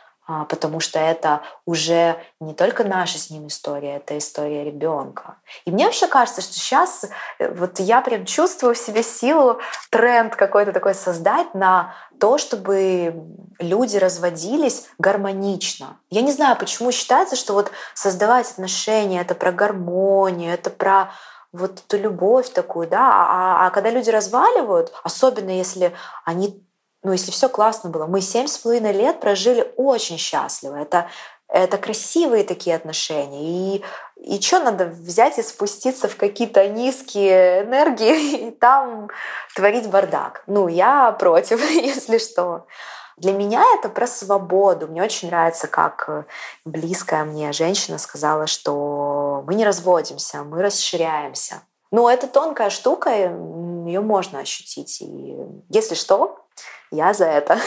Потому что это уже не только наша с ним история, это история ребенка. И мне вообще кажется, что сейчас вот я прям чувствую в себе силу, тренд какой-то такой создать на то, чтобы люди разводились гармонично. Я не знаю, почему считается, что вот создавать отношения — это про гармонию, это про вот эту любовь такую, да, а, а когда люди разваливают, особенно если они Ну, если все классно было. Мы семь с половиной лет прожили очень счастливо. Это, это красивые такие отношения. И, и что надо взять и спуститься в какие-то низкие энергии и там творить бардак? Ну, я против, если что. Для меня это про свободу. Мне очень нравится, как близкая мне женщина сказала, что мы не разводимся, мы расширяемся. Но это тонкая штука, ее можно ощутить. И если что, я за это.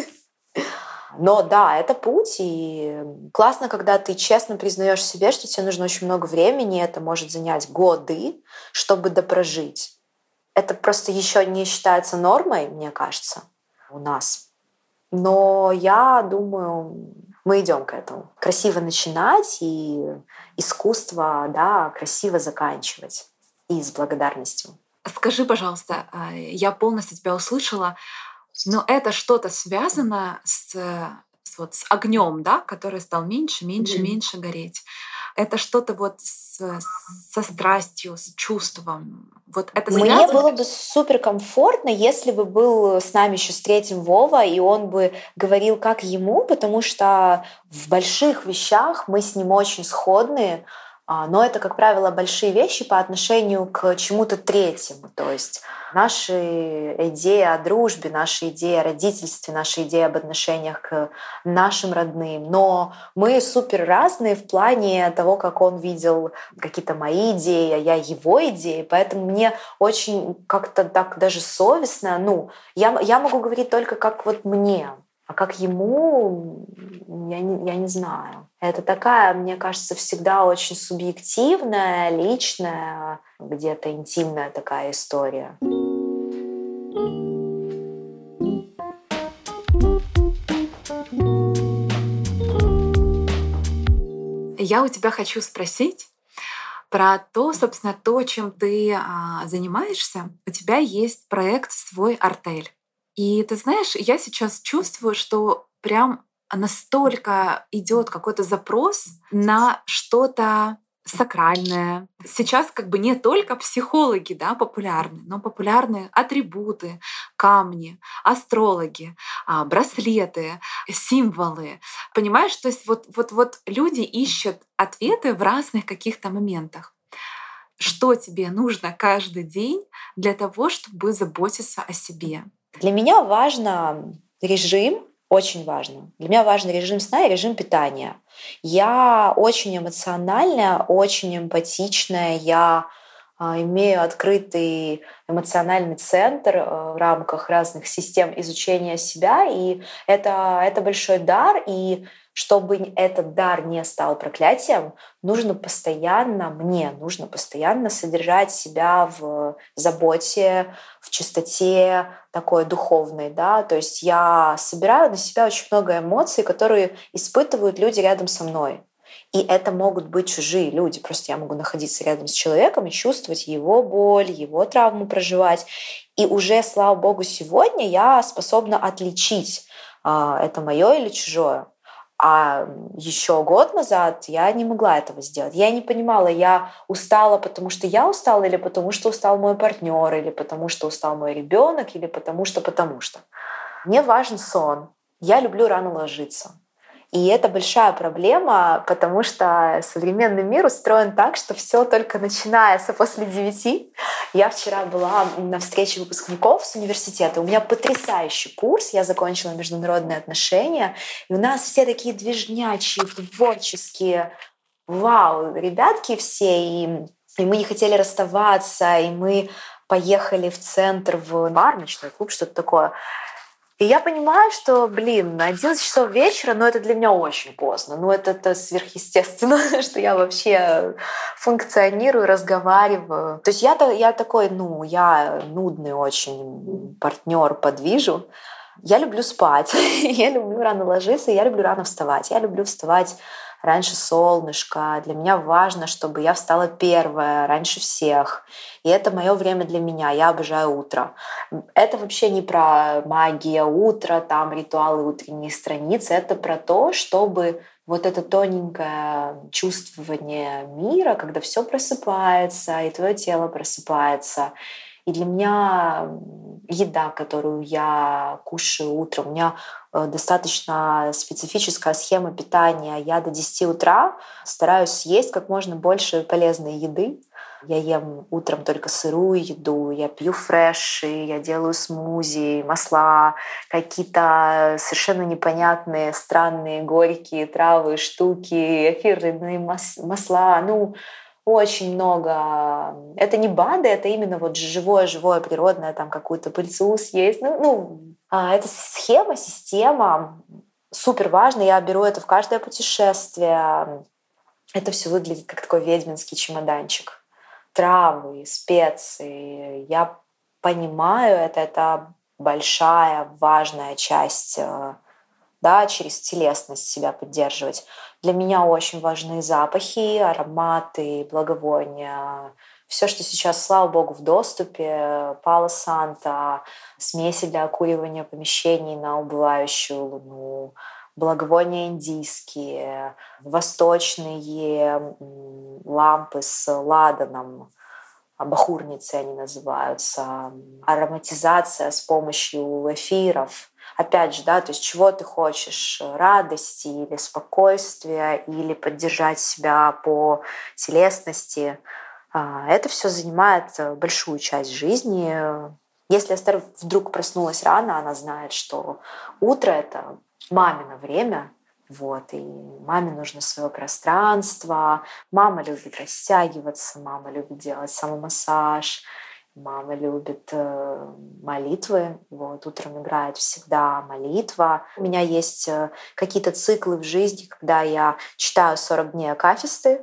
Но да, это путь, и классно, когда ты честно признаешь себе, что тебе нужно очень много времени, это может занять годы, чтобы допрожить. Это просто еще не считается нормой, мне кажется, у нас. Но я думаю, мы идем к этому. Красиво начинать и искусство, да, красиво заканчивать. И с благодарностью. Скажи, пожалуйста, я полностью тебя услышала, но это что-то связано с, с, вот, с огнем, да, который стал меньше, меньше, mm-hmm. меньше гореть. Это что-то вот с, со страстью, с чувством. Вот это Мне связано? было бы суперкомфортно, если бы был с нами еще с третьим Вова, и он бы говорил, как ему, потому что в больших вещах мы с ним очень сходны. Но это, как правило, большие вещи по отношению к чему-то третьему. То есть наши идеи о дружбе, наши идеи о родительстве, наши идеи об отношениях к нашим родным. Но мы супер разные в плане того, как он видел какие-то мои идеи, а я его идеи. Поэтому мне очень как-то так даже совестно. Ну, я, я могу говорить только как вот мне. А как ему, я не, я не знаю. Это такая, мне кажется, всегда очень субъективная, личная, где-то интимная такая история. Я у тебя хочу спросить про то, собственно, то, чем ты а, занимаешься. У тебя есть проект свой «Артель». И ты знаешь, я сейчас чувствую, что прям настолько идет какой-то запрос на что-то сакральное. Сейчас как бы не только психологи, да, популярны, но популярны атрибуты, камни, астрологи, браслеты, символы. Понимаешь, то есть вот, вот, вот люди ищут ответы в разных каких-то моментах. Что тебе нужно каждый день для того, чтобы заботиться о себе? Для меня важно режим, очень важно. Для меня важен режим сна и режим питания. Я очень эмоциональная, очень эмпатичная, я а, имею открытый эмоциональный центр э, в рамках разных систем изучения себя, и это, это большой дар, и чтобы этот дар не стал проклятием, нужно постоянно, мне нужно постоянно содержать себя в заботе, в чистоте такой духовной, да, то есть я собираю на себя очень много эмоций, которые испытывают люди рядом со мной. И это могут быть чужие люди. Просто я могу находиться рядом с человеком и чувствовать его боль, его травму проживать. И уже, слава богу, сегодня я способна отличить, это мое или чужое. А еще год назад я не могла этого сделать. Я не понимала, я устала, потому что я устала, или потому что устал мой партнер, или потому что устал мой ребенок, или потому что, потому что. Мне важен сон. Я люблю рано ложиться. И это большая проблема, потому что современный мир устроен так, что все только начинается после девяти. Я вчера была на встрече выпускников с университета. У меня потрясающий курс. Я закончила международные отношения. И у нас все такие движнячие, творческие. Вау, ребятки все. И, и мы не хотели расставаться. И мы поехали в центр, в бар, ночной клуб, что-то такое. И я понимаю, что, блин, на одиннадцать часов вечера, ну это для меня очень поздно. Ну это, это сверхъестественно, что я вообще функционирую, разговариваю. То есть я, я такой, ну, я нудный очень партнер по движу. Я люблю спать, я люблю рано ложиться, я люблю рано вставать. Я люблю вставать раньше солнышка. Для меня важно, чтобы я встала первая, раньше всех. И это мое время для меня. Я обожаю утро. Это вообще не про магия утра, там ритуалы утренние страницы. Это про то, чтобы вот это тоненькое чувствование мира, когда все просыпается, и твое тело просыпается. И для меня еда, которую я кушаю утром, у меня достаточно специфическая схема питания. Я до десяти утра стараюсь съесть как можно больше полезной еды. Я ем утром только сырую еду, я пью фреши, я делаю смузи, масла, какие-то совершенно непонятные, странные, горькие травы, штуки, эфирные масла. Ну, очень много. Это не БАДы, это именно вот живое-живое, природное, там какую-то пыльцу съесть. Ну, ну, это схема, система супер важная. Я беру это в каждое путешествие. Это все выглядит как такой ведьминский чемоданчик. Травы, специи. Я понимаю это, это большая, важная часть, да, через телесность себя поддерживать. Для меня очень важны запахи, ароматы, благовония. Все, что сейчас, слава богу, в доступе. Пало Санто, смеси для окуривания помещений на убывающую луну, благовония индийские, восточные лампы с ладаном, бахурницы они называются, ароматизация с помощью эфиров. Опять же, да, то есть чего ты хочешь, радости или спокойствия, или поддержать себя по телесности. Это все занимает большую часть жизни. Если Эстер вдруг проснулась рано, она знает, что утро — это мамино время, вот, и маме нужно свое пространство. Мама любит растягиваться, мама любит делать самомассаж, мама любит э, молитвы. Вот, утром играет всегда молитва. У меня есть э, какие-то циклы в жизни, когда я читаю сорок дней акафисты.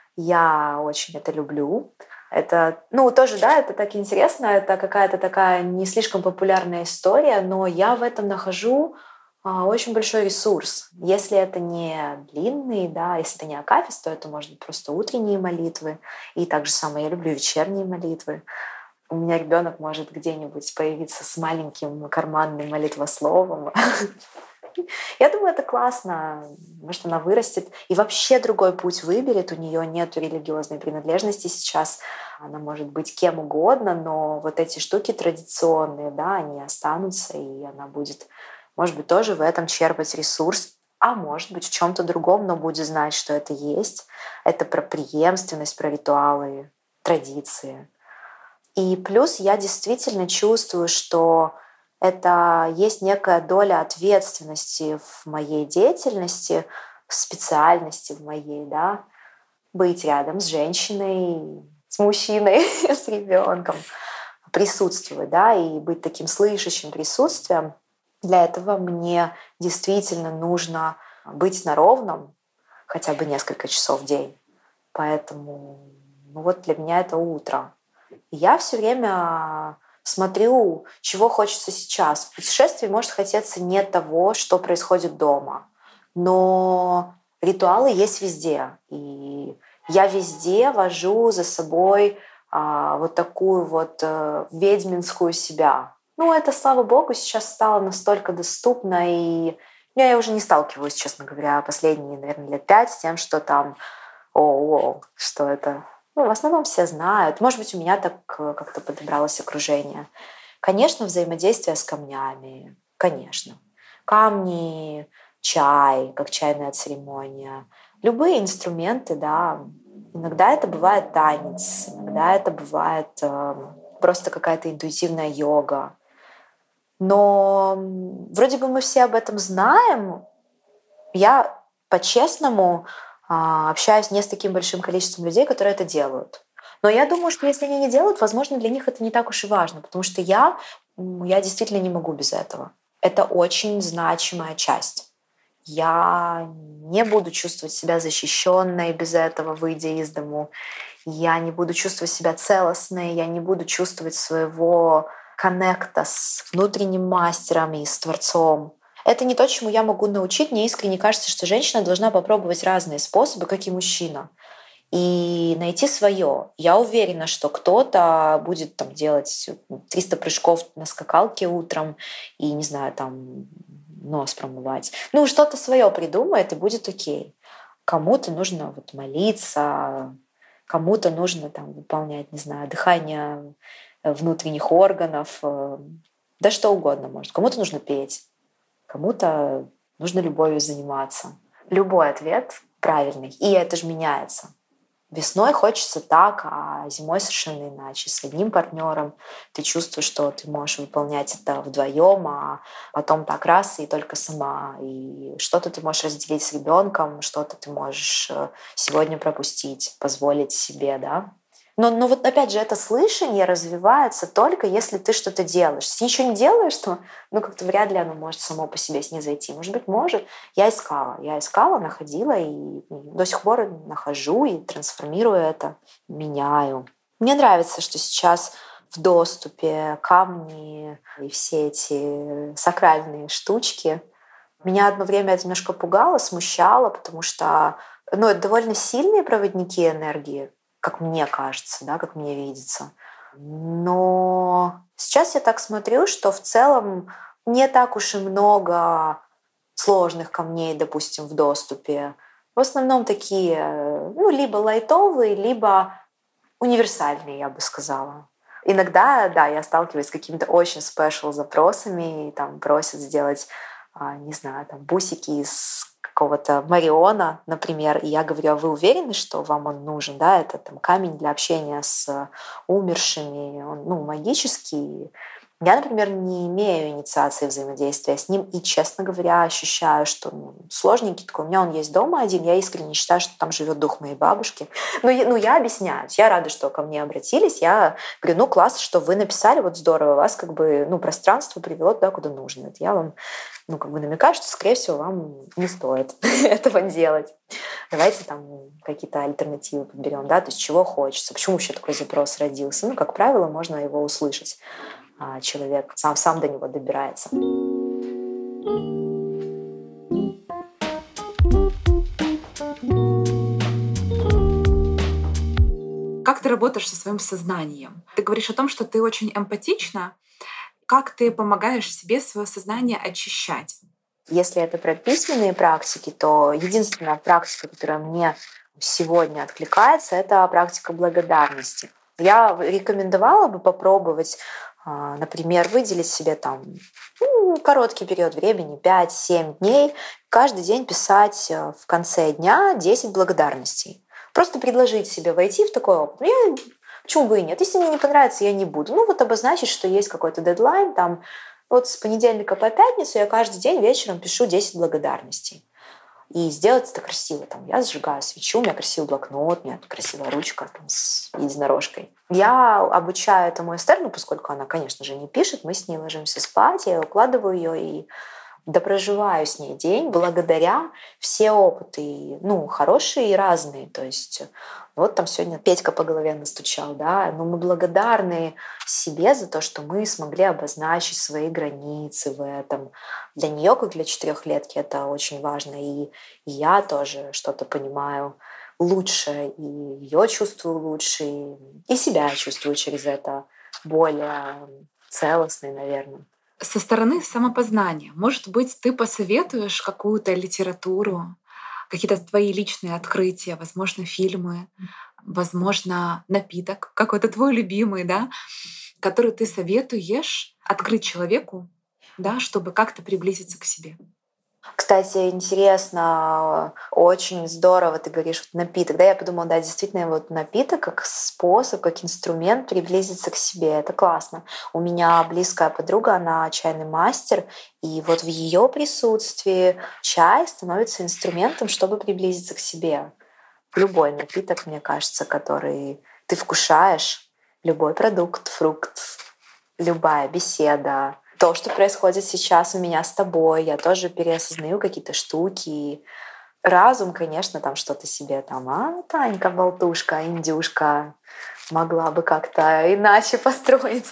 Я очень это люблю. Это, ну, тоже, да, это так интересно, это какая-то такая не слишком популярная история, но я в этом нахожу очень большой ресурс. Если это не длинный, да, если это не акафист, то это может быть просто утренние молитвы. И так же самое я люблю вечерние молитвы. У меня ребенок может где-нибудь появиться с маленьким карманным молитвословом. Я думаю, это классно. Может, она вырастет и вообще другой путь выберет. У нее нет религиозной принадлежности сейчас. Она может быть кем угодно, но вот эти штуки традиционные, да, они останутся, и она будет, может быть, тоже в этом черпать ресурс, а может быть, в чем-то другом, но будет знать, что это есть. Это про преемственность, про ритуалы, традиции. И плюс я действительно чувствую, что Это есть некая доля ответственности в моей деятельности, в специальности в моей, да, быть рядом с женщиной, с мужчиной, с ребенком, присутствовать, да, и быть таким слышащим присутствием. Для этого мне действительно нужно быть на ровном хотя бы несколько часов в день. Поэтому ну вот для меня это утро. И я все время смотрю, чего хочется сейчас. В путешествии может хотеться не того, что происходит дома. Но ритуалы есть везде. И я везде вожу за собой а, вот такую вот а, ведьминскую себя. Ну, это, слава богу, сейчас стало настолько доступно. И я уже не сталкиваюсь, честно говоря, последние, наверное, лет пять с тем, что там, о, что это. Ну, в основном все знают. Может быть, у меня так как-то подобралось окружение. Конечно, взаимодействие с камнями. Конечно. Камни, чай, как чайная церемония. Любые инструменты, да. Иногда это бывает танец, иногда это бывает э, просто какая-то интуитивная йога. Но вроде бы мы все об этом знаем. Я по-честному общаюсь не с таким большим количеством людей, которые это делают. Но я думаю, что если они не делают, возможно, для них это не так уж и важно, потому что я, я действительно не могу без этого. Это очень значимая часть. Я не буду чувствовать себя защищенной без этого, выйдя из дому. Я не буду чувствовать себя целостной, я не буду чувствовать своего коннекта с внутренним мастером и с Творцом. Это не то, чему я могу научить. Мне искренне кажется, что женщина должна попробовать разные способы, как и мужчина, и найти свое. Я уверена, что кто-то будет там делать триста прыжков на скакалке утром и, не знаю, там нос промывать. Ну, что-то свое придумает, и будет окей. Кому-то нужно вот молиться, кому-то нужно там выполнять, не знаю, дыхание внутренних органов, да что угодно может. Кому-то нужно петь. Кому-то нужно любовью заниматься. Любой ответ правильный. И это же меняется. Весной хочется так, а зимой совершенно иначе. С одним партнером ты чувствуешь, что ты можешь выполнять это вдвоем, а потом так раз и только сама. И что-то ты можешь разделить с ребенком, что-то ты можешь сегодня пропустить, позволить себе, да. Но, но вот опять же, это слышание развивается только если ты что-то делаешь. Если ничего не делаешь, то ну, как-то вряд ли оно может само по себе снизойти. Может быть, может. Я искала. Я искала, находила и до сих пор нахожу и трансформирую это, меняю. Мне нравится, что сейчас в доступе камни и все эти сакральные штучки. Меня одно время это немножко пугало, смущало, потому что ну, это довольно сильные проводники энергии, как мне кажется, да, как мне видится. Но сейчас я так смотрю, что в целом не так уж и много сложных камней, допустим, в доступе. В основном такие, ну, либо лайтовые, либо универсальные, я бы сказала. Иногда, да, я сталкиваюсь с какими-то очень спешл запросами, и там просят сделать, не знаю, там бусики из какого-то Мариона, например, и я говорю, а вы уверены, что вам он нужен? Да, это там камень для общения с умершими, он ну, магический. Я, например, не имею инициации взаимодействия с ним и, честно говоря, ощущаю, что ну, сложненький такой. У меня он есть дома один, я искренне считаю, что там живет дух моей бабушки. Но ну, я объясняюсь, я рада, что ко мне обратились. Я говорю, ну класс, что вы написали, вот здорово, вас как бы ну, пространство привело туда, куда нужно. Это я вам ну, как бы намекаю, что, скорее всего, вам не стоит этого делать. Давайте там какие-то альтернативы подберем, да, то есть чего хочется, почему вообще такой запрос родился. Ну, как правило, можно его услышать. А человек сам, сам до него добирается. Как ты работаешь со своим сознанием? Ты говоришь о том, что ты очень эмпатична. Как ты помогаешь себе свое сознание очищать? Если это про письменные практики, то единственная практика, которая мне сегодня откликается, это практика благодарности. Я рекомендовала бы попробовать, например, выделить себе там ну, короткий период времени, пять-семь дней, каждый день писать в конце дня десять благодарностей. Просто предложить себе войти в такой опыт. Я, почему бы и нет? Если мне не понравится, я не буду. Ну вот обозначить, что есть какой-то дедлайн, там Вот с понедельника по пятницу я каждый день вечером пишу десять благодарностей. И сделать это красиво. Там, я зажигаю свечу, у меня красивый блокнот, у меня красивая ручка там, с единорожкой. Я обучаю этому Эстер, ну, поскольку она, конечно же, не пишет, мы с ней ложимся спать, я укладываю ее и допроживаю с ней день благодаря все опыты, ну, хорошие и разные. То есть вот там сегодня Петька по голове настучал, да, но мы благодарны себе за то, что мы смогли обозначить свои границы в этом. Для нее, как для четырехлетки, это очень важно. И, и я тоже что-то понимаю лучше, и ее чувствую лучше, и, и себя чувствую через это более целостной, наверное. Со стороны самопознания, может быть, ты посоветуешь какую-то литературу, какие-то твои личные открытия, возможно, фильмы, возможно, напиток какой-то твой любимый, да, который ты советуешь открыть человеку, да, чтобы как-то приблизиться к себе. Кстати, интересно, очень здорово ты говоришь вот напиток. Да, я подумала, да, действительно, вот напиток как способ, как инструмент приблизиться к себе. Это классно. У меня близкая подруга, она чайный мастер, и вот в ее присутствии чай становится инструментом, чтобы приблизиться к себе. Любой напиток, мне кажется, который ты вкушаешь, любой продукт, фрукт, любая беседа, то, что происходит сейчас у меня с тобой, я тоже переосознаю какие-то штуки. Разум, конечно, там что-то себе там, а, Танька, болтушка, индюшка, могла бы как-то иначе построить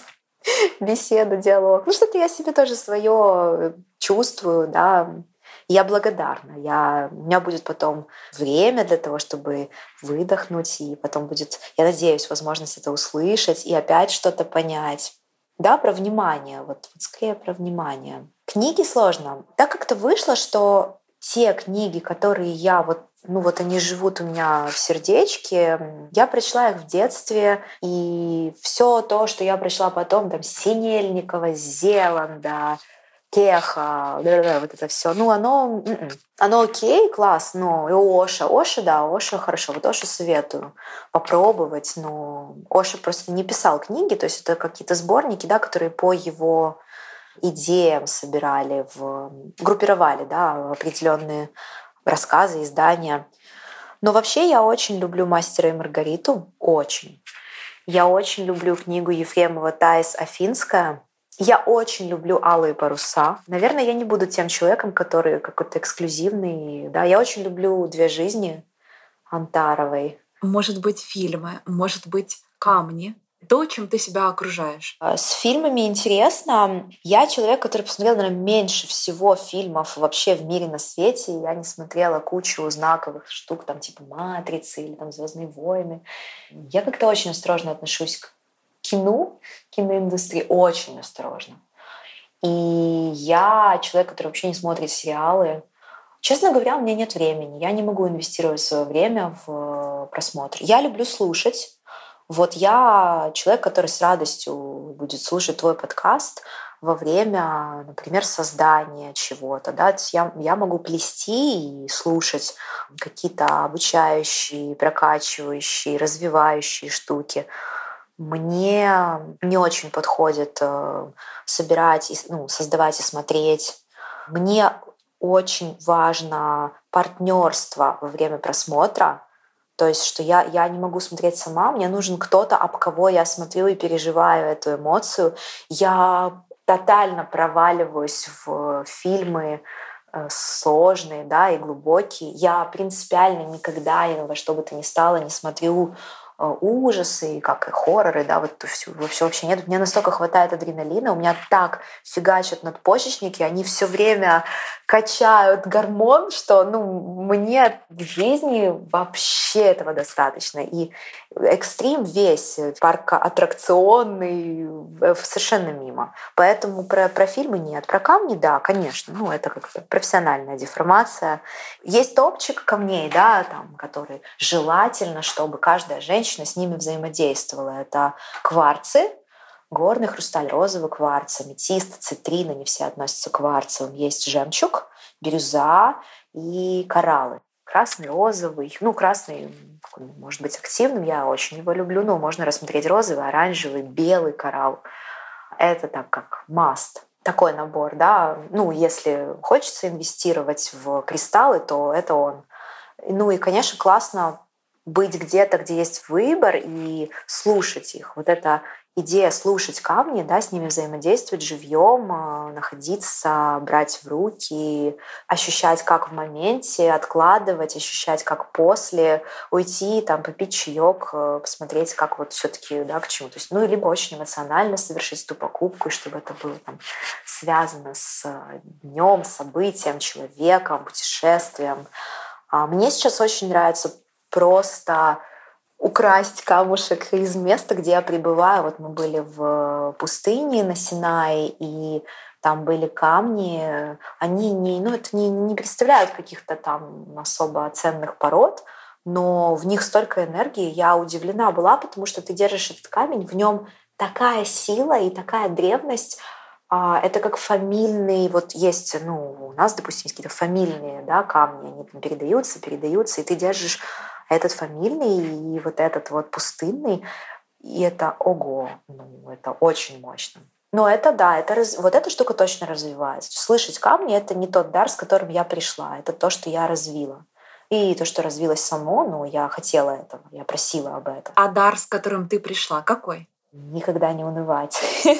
беседу, диалог. Ну, что-то я себе тоже свое чувствую, да. Я благодарна. Я... У меня будет потом время для того, чтобы выдохнуть, и потом будет, я надеюсь, возможность это услышать и опять что-то понять. Да, про внимание, вот, вот скорее про внимание. Книги сложно. Так как-то вышло, что те книги, которые я вот, ну вот они живут у меня в сердечке, я прочла их в детстве, и все то, что я прочла потом, там, Синельникова, Зеланда, Кеха, да-да-да, вот это все, ну оно, м-м. оно окей, класс, но и Оша, Оша, да, Оша хорошо, вот Оша советую попробовать, но Оша просто не писал книги, то есть это какие-то сборники, да, которые по его идеям собирали, в, группировали, да, определенные рассказы, издания. Но вообще я очень люблю «Мастера и Маргариту», очень. Я очень люблю книгу Ефремова «Таис Афинская». Я очень люблю «Алые паруса». Наверное, я не буду тем человеком, который какой-то эксклюзивный. Да, я очень люблю «Две жизни» Антаровой. Может быть, фильмы, может быть, камни. То, чем ты себя окружаешь. С фильмами интересно. Я человек, который посмотрел, наверное, меньше всего фильмов вообще в мире на свете. Я не смотрела кучу знаковых штук, там типа «Матрицы» или там «Звездные войны». Я как-то очень осторожно отношусь к кино, киноиндустрии, очень осторожно. И я человек, который вообще не смотрит сериалы. Честно говоря, у меня нет времени. Я не могу инвестировать свое время в просмотр. Я люблю слушать. Вот я человек, который с радостью будет слушать твой подкаст во время, например, создания чего-то. Да? Я, я могу плести и слушать какие-то обучающие, прокачивающие, развивающие штуки. Мне не очень подходит собирать, ну, создавать и смотреть. Мне очень важно партнерство во время просмотра. То есть, что я, я не могу смотреть сама, мне нужен кто-то, об кого я смотрю и переживаю эту эмоцию. Я тотально проваливаюсь в фильмы сложные, да, и глубокие. Я принципиально никогда ни во что бы то ни стало не смотрю ужасы, как и хорроры, да, вот все, вообще, вообще нет. Мне настолько хватает адреналина, у меня так фигачат надпочечники, они все время качают гормон, что, ну, мне в жизни вообще этого достаточно. И экстрим весь, парк аттракционный, совершенно мимо. Поэтому про, про фильмы нет. Про камни, да, конечно, ну, это как профессиональная деформация. Есть топчик камней, да, там, который желательно, чтобы каждая женщина с ними взаимодействовала. Это кварцы, горный хрусталь, розовый кварц, аметист, цитрин, они все относятся к кварцам. Есть жемчуг, бирюза и кораллы. Красный, розовый. Ну, красный может быть активным, я очень его люблю, но можно рассмотреть розовый, оранжевый, белый коралл. Это так как must. такой набор, да. Ну, если хочется инвестировать в кристаллы, то это он. Ну и, конечно, классно быть где-то, где есть выбор, и слушать их. Вот эта идея слушать камни, да, с ними взаимодействовать живьем, находиться, брать в руки, ощущать, как в моменте, откладывать, ощущать, как после, уйти, там, попить чаек, посмотреть, как вот все-таки, да, к чему. То есть, ну, либо очень эмоционально совершить ту покупку, и чтобы это было там связано с днем, событием, человеком, путешествием. Мне сейчас очень нравится просто украсть камушек из места, где я пребываю. Вот мы были в пустыне на Синае, и там были камни. Они не, ну, это не, не представляют каких-то там особо ценных пород, но в них столько энергии. Я удивлена была, потому что ты держишь этот камень, в нем такая сила и такая древность. Это как фамильный, вот есть, ну, у нас, допустим, есть какие-то фамильные, да, камни, они там передаются, передаются, и ты держишь этот фамильный и вот этот вот пустынный, и это ого, ну, это очень мощно. Но это да, это раз, вот эта штука точно развивается. Слышать камни — это не тот дар, с которым я пришла, это то, что я развила. И то, что развилось само, ну, я хотела этого, я просила об этом. А дар, с которым ты пришла, какой? Никогда не унывать.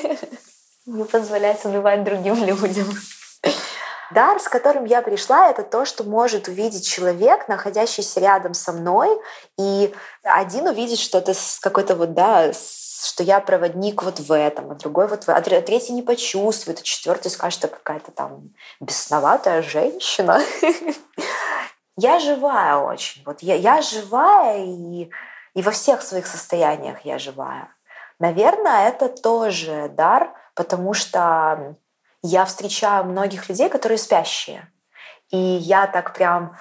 Не позволять унывать другим людям. Дар, с которым я пришла, это то, что может увидеть человек, находящийся рядом со мной, и один увидит что-то с какой-то вот, да, что я проводник вот в этом, а другой вот в этом, а третий не почувствует, а четвертый скажет, что какая-то там бесноватая женщина. Я живая очень. Вот я, я живая, и, и во всех своих состояниях я живая. Наверное, это тоже дар, потому что я встречаю многих людей, которые спящие. И я так прям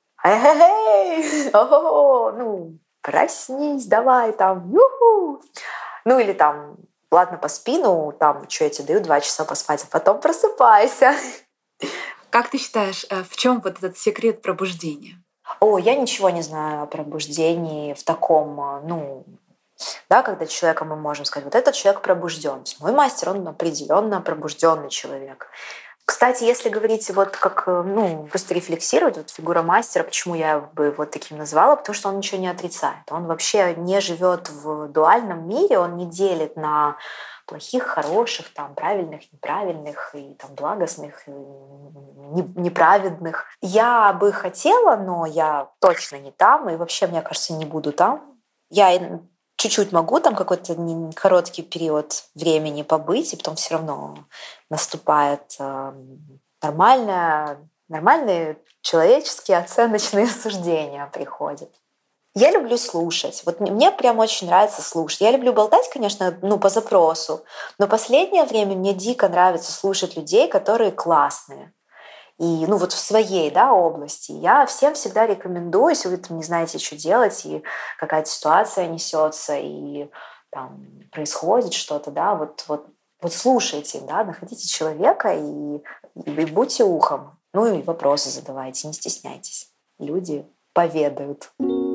эй, ого, ну, проснись, давай там, юху. Ну или там, ладно, поспи, ну там, что я тебе даю, два часа поспать, а потом просыпайся. Как ты считаешь, в чем вот этот секрет пробуждения? О, я ничего не знаю о пробуждении в таком, ну, да, когда человека мы можем сказать, вот этот человек пробужден. Мой мастер, он определенно пробужденный человек. Кстати, если говорить вот как, ну, просто рефлексировать, вот фигура мастера, почему я бы вот таким назвала, потому что он ничего не отрицает. Он вообще не живет в дуальном мире, он не делит на плохих, хороших, там, правильных, неправильных, и там, благостных, и неправедных. Я бы хотела, но я точно не там, и вообще, мне кажется, не буду там. Я чуть-чуть могу там какой-то короткий период времени побыть, и потом все равно наступает нормальное, нормальные человеческие оценочные суждения приходят. Я люблю слушать. Вот мне прям очень нравится слушать. Я люблю болтать, конечно, ну, по запросу, но последнее время мне дико нравится слушать людей, которые классные. И, ну, вот в своей, да, области. Я всем всегда рекомендую, если вы там не знаете, что делать, и какая-то ситуация несется, и там происходит что-то, да, вот, вот, вот слушайте, да, находите человека и, и будьте ухом. Ну и вопросы задавайте, не стесняйтесь. Люди поведают.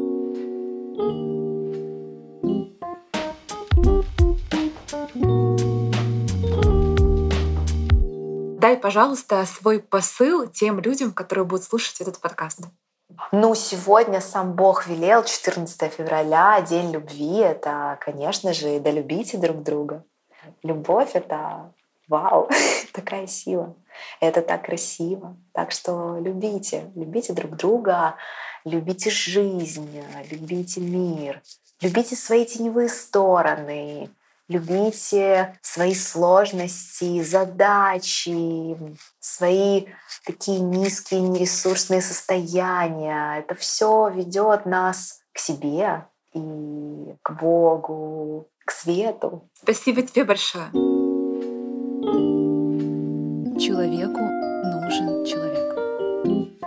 Дай, пожалуйста, свой посыл тем людям, которые будут слушать этот подкаст. Ну, сегодня сам Бог велел, четырнадцатое февраля, День любви. Это, конечно же, да любите друг друга. Любовь — это вау, такая сила. Это так красиво. Так что любите, любите друг друга, любите жизнь, любите мир, любите свои теневые стороны, любите свои сложности, задачи, свои такие низкие нересурсные состояния. Это все ведет нас к себе и к Богу, к свету. Спасибо тебе большое. Человеку нужен человек.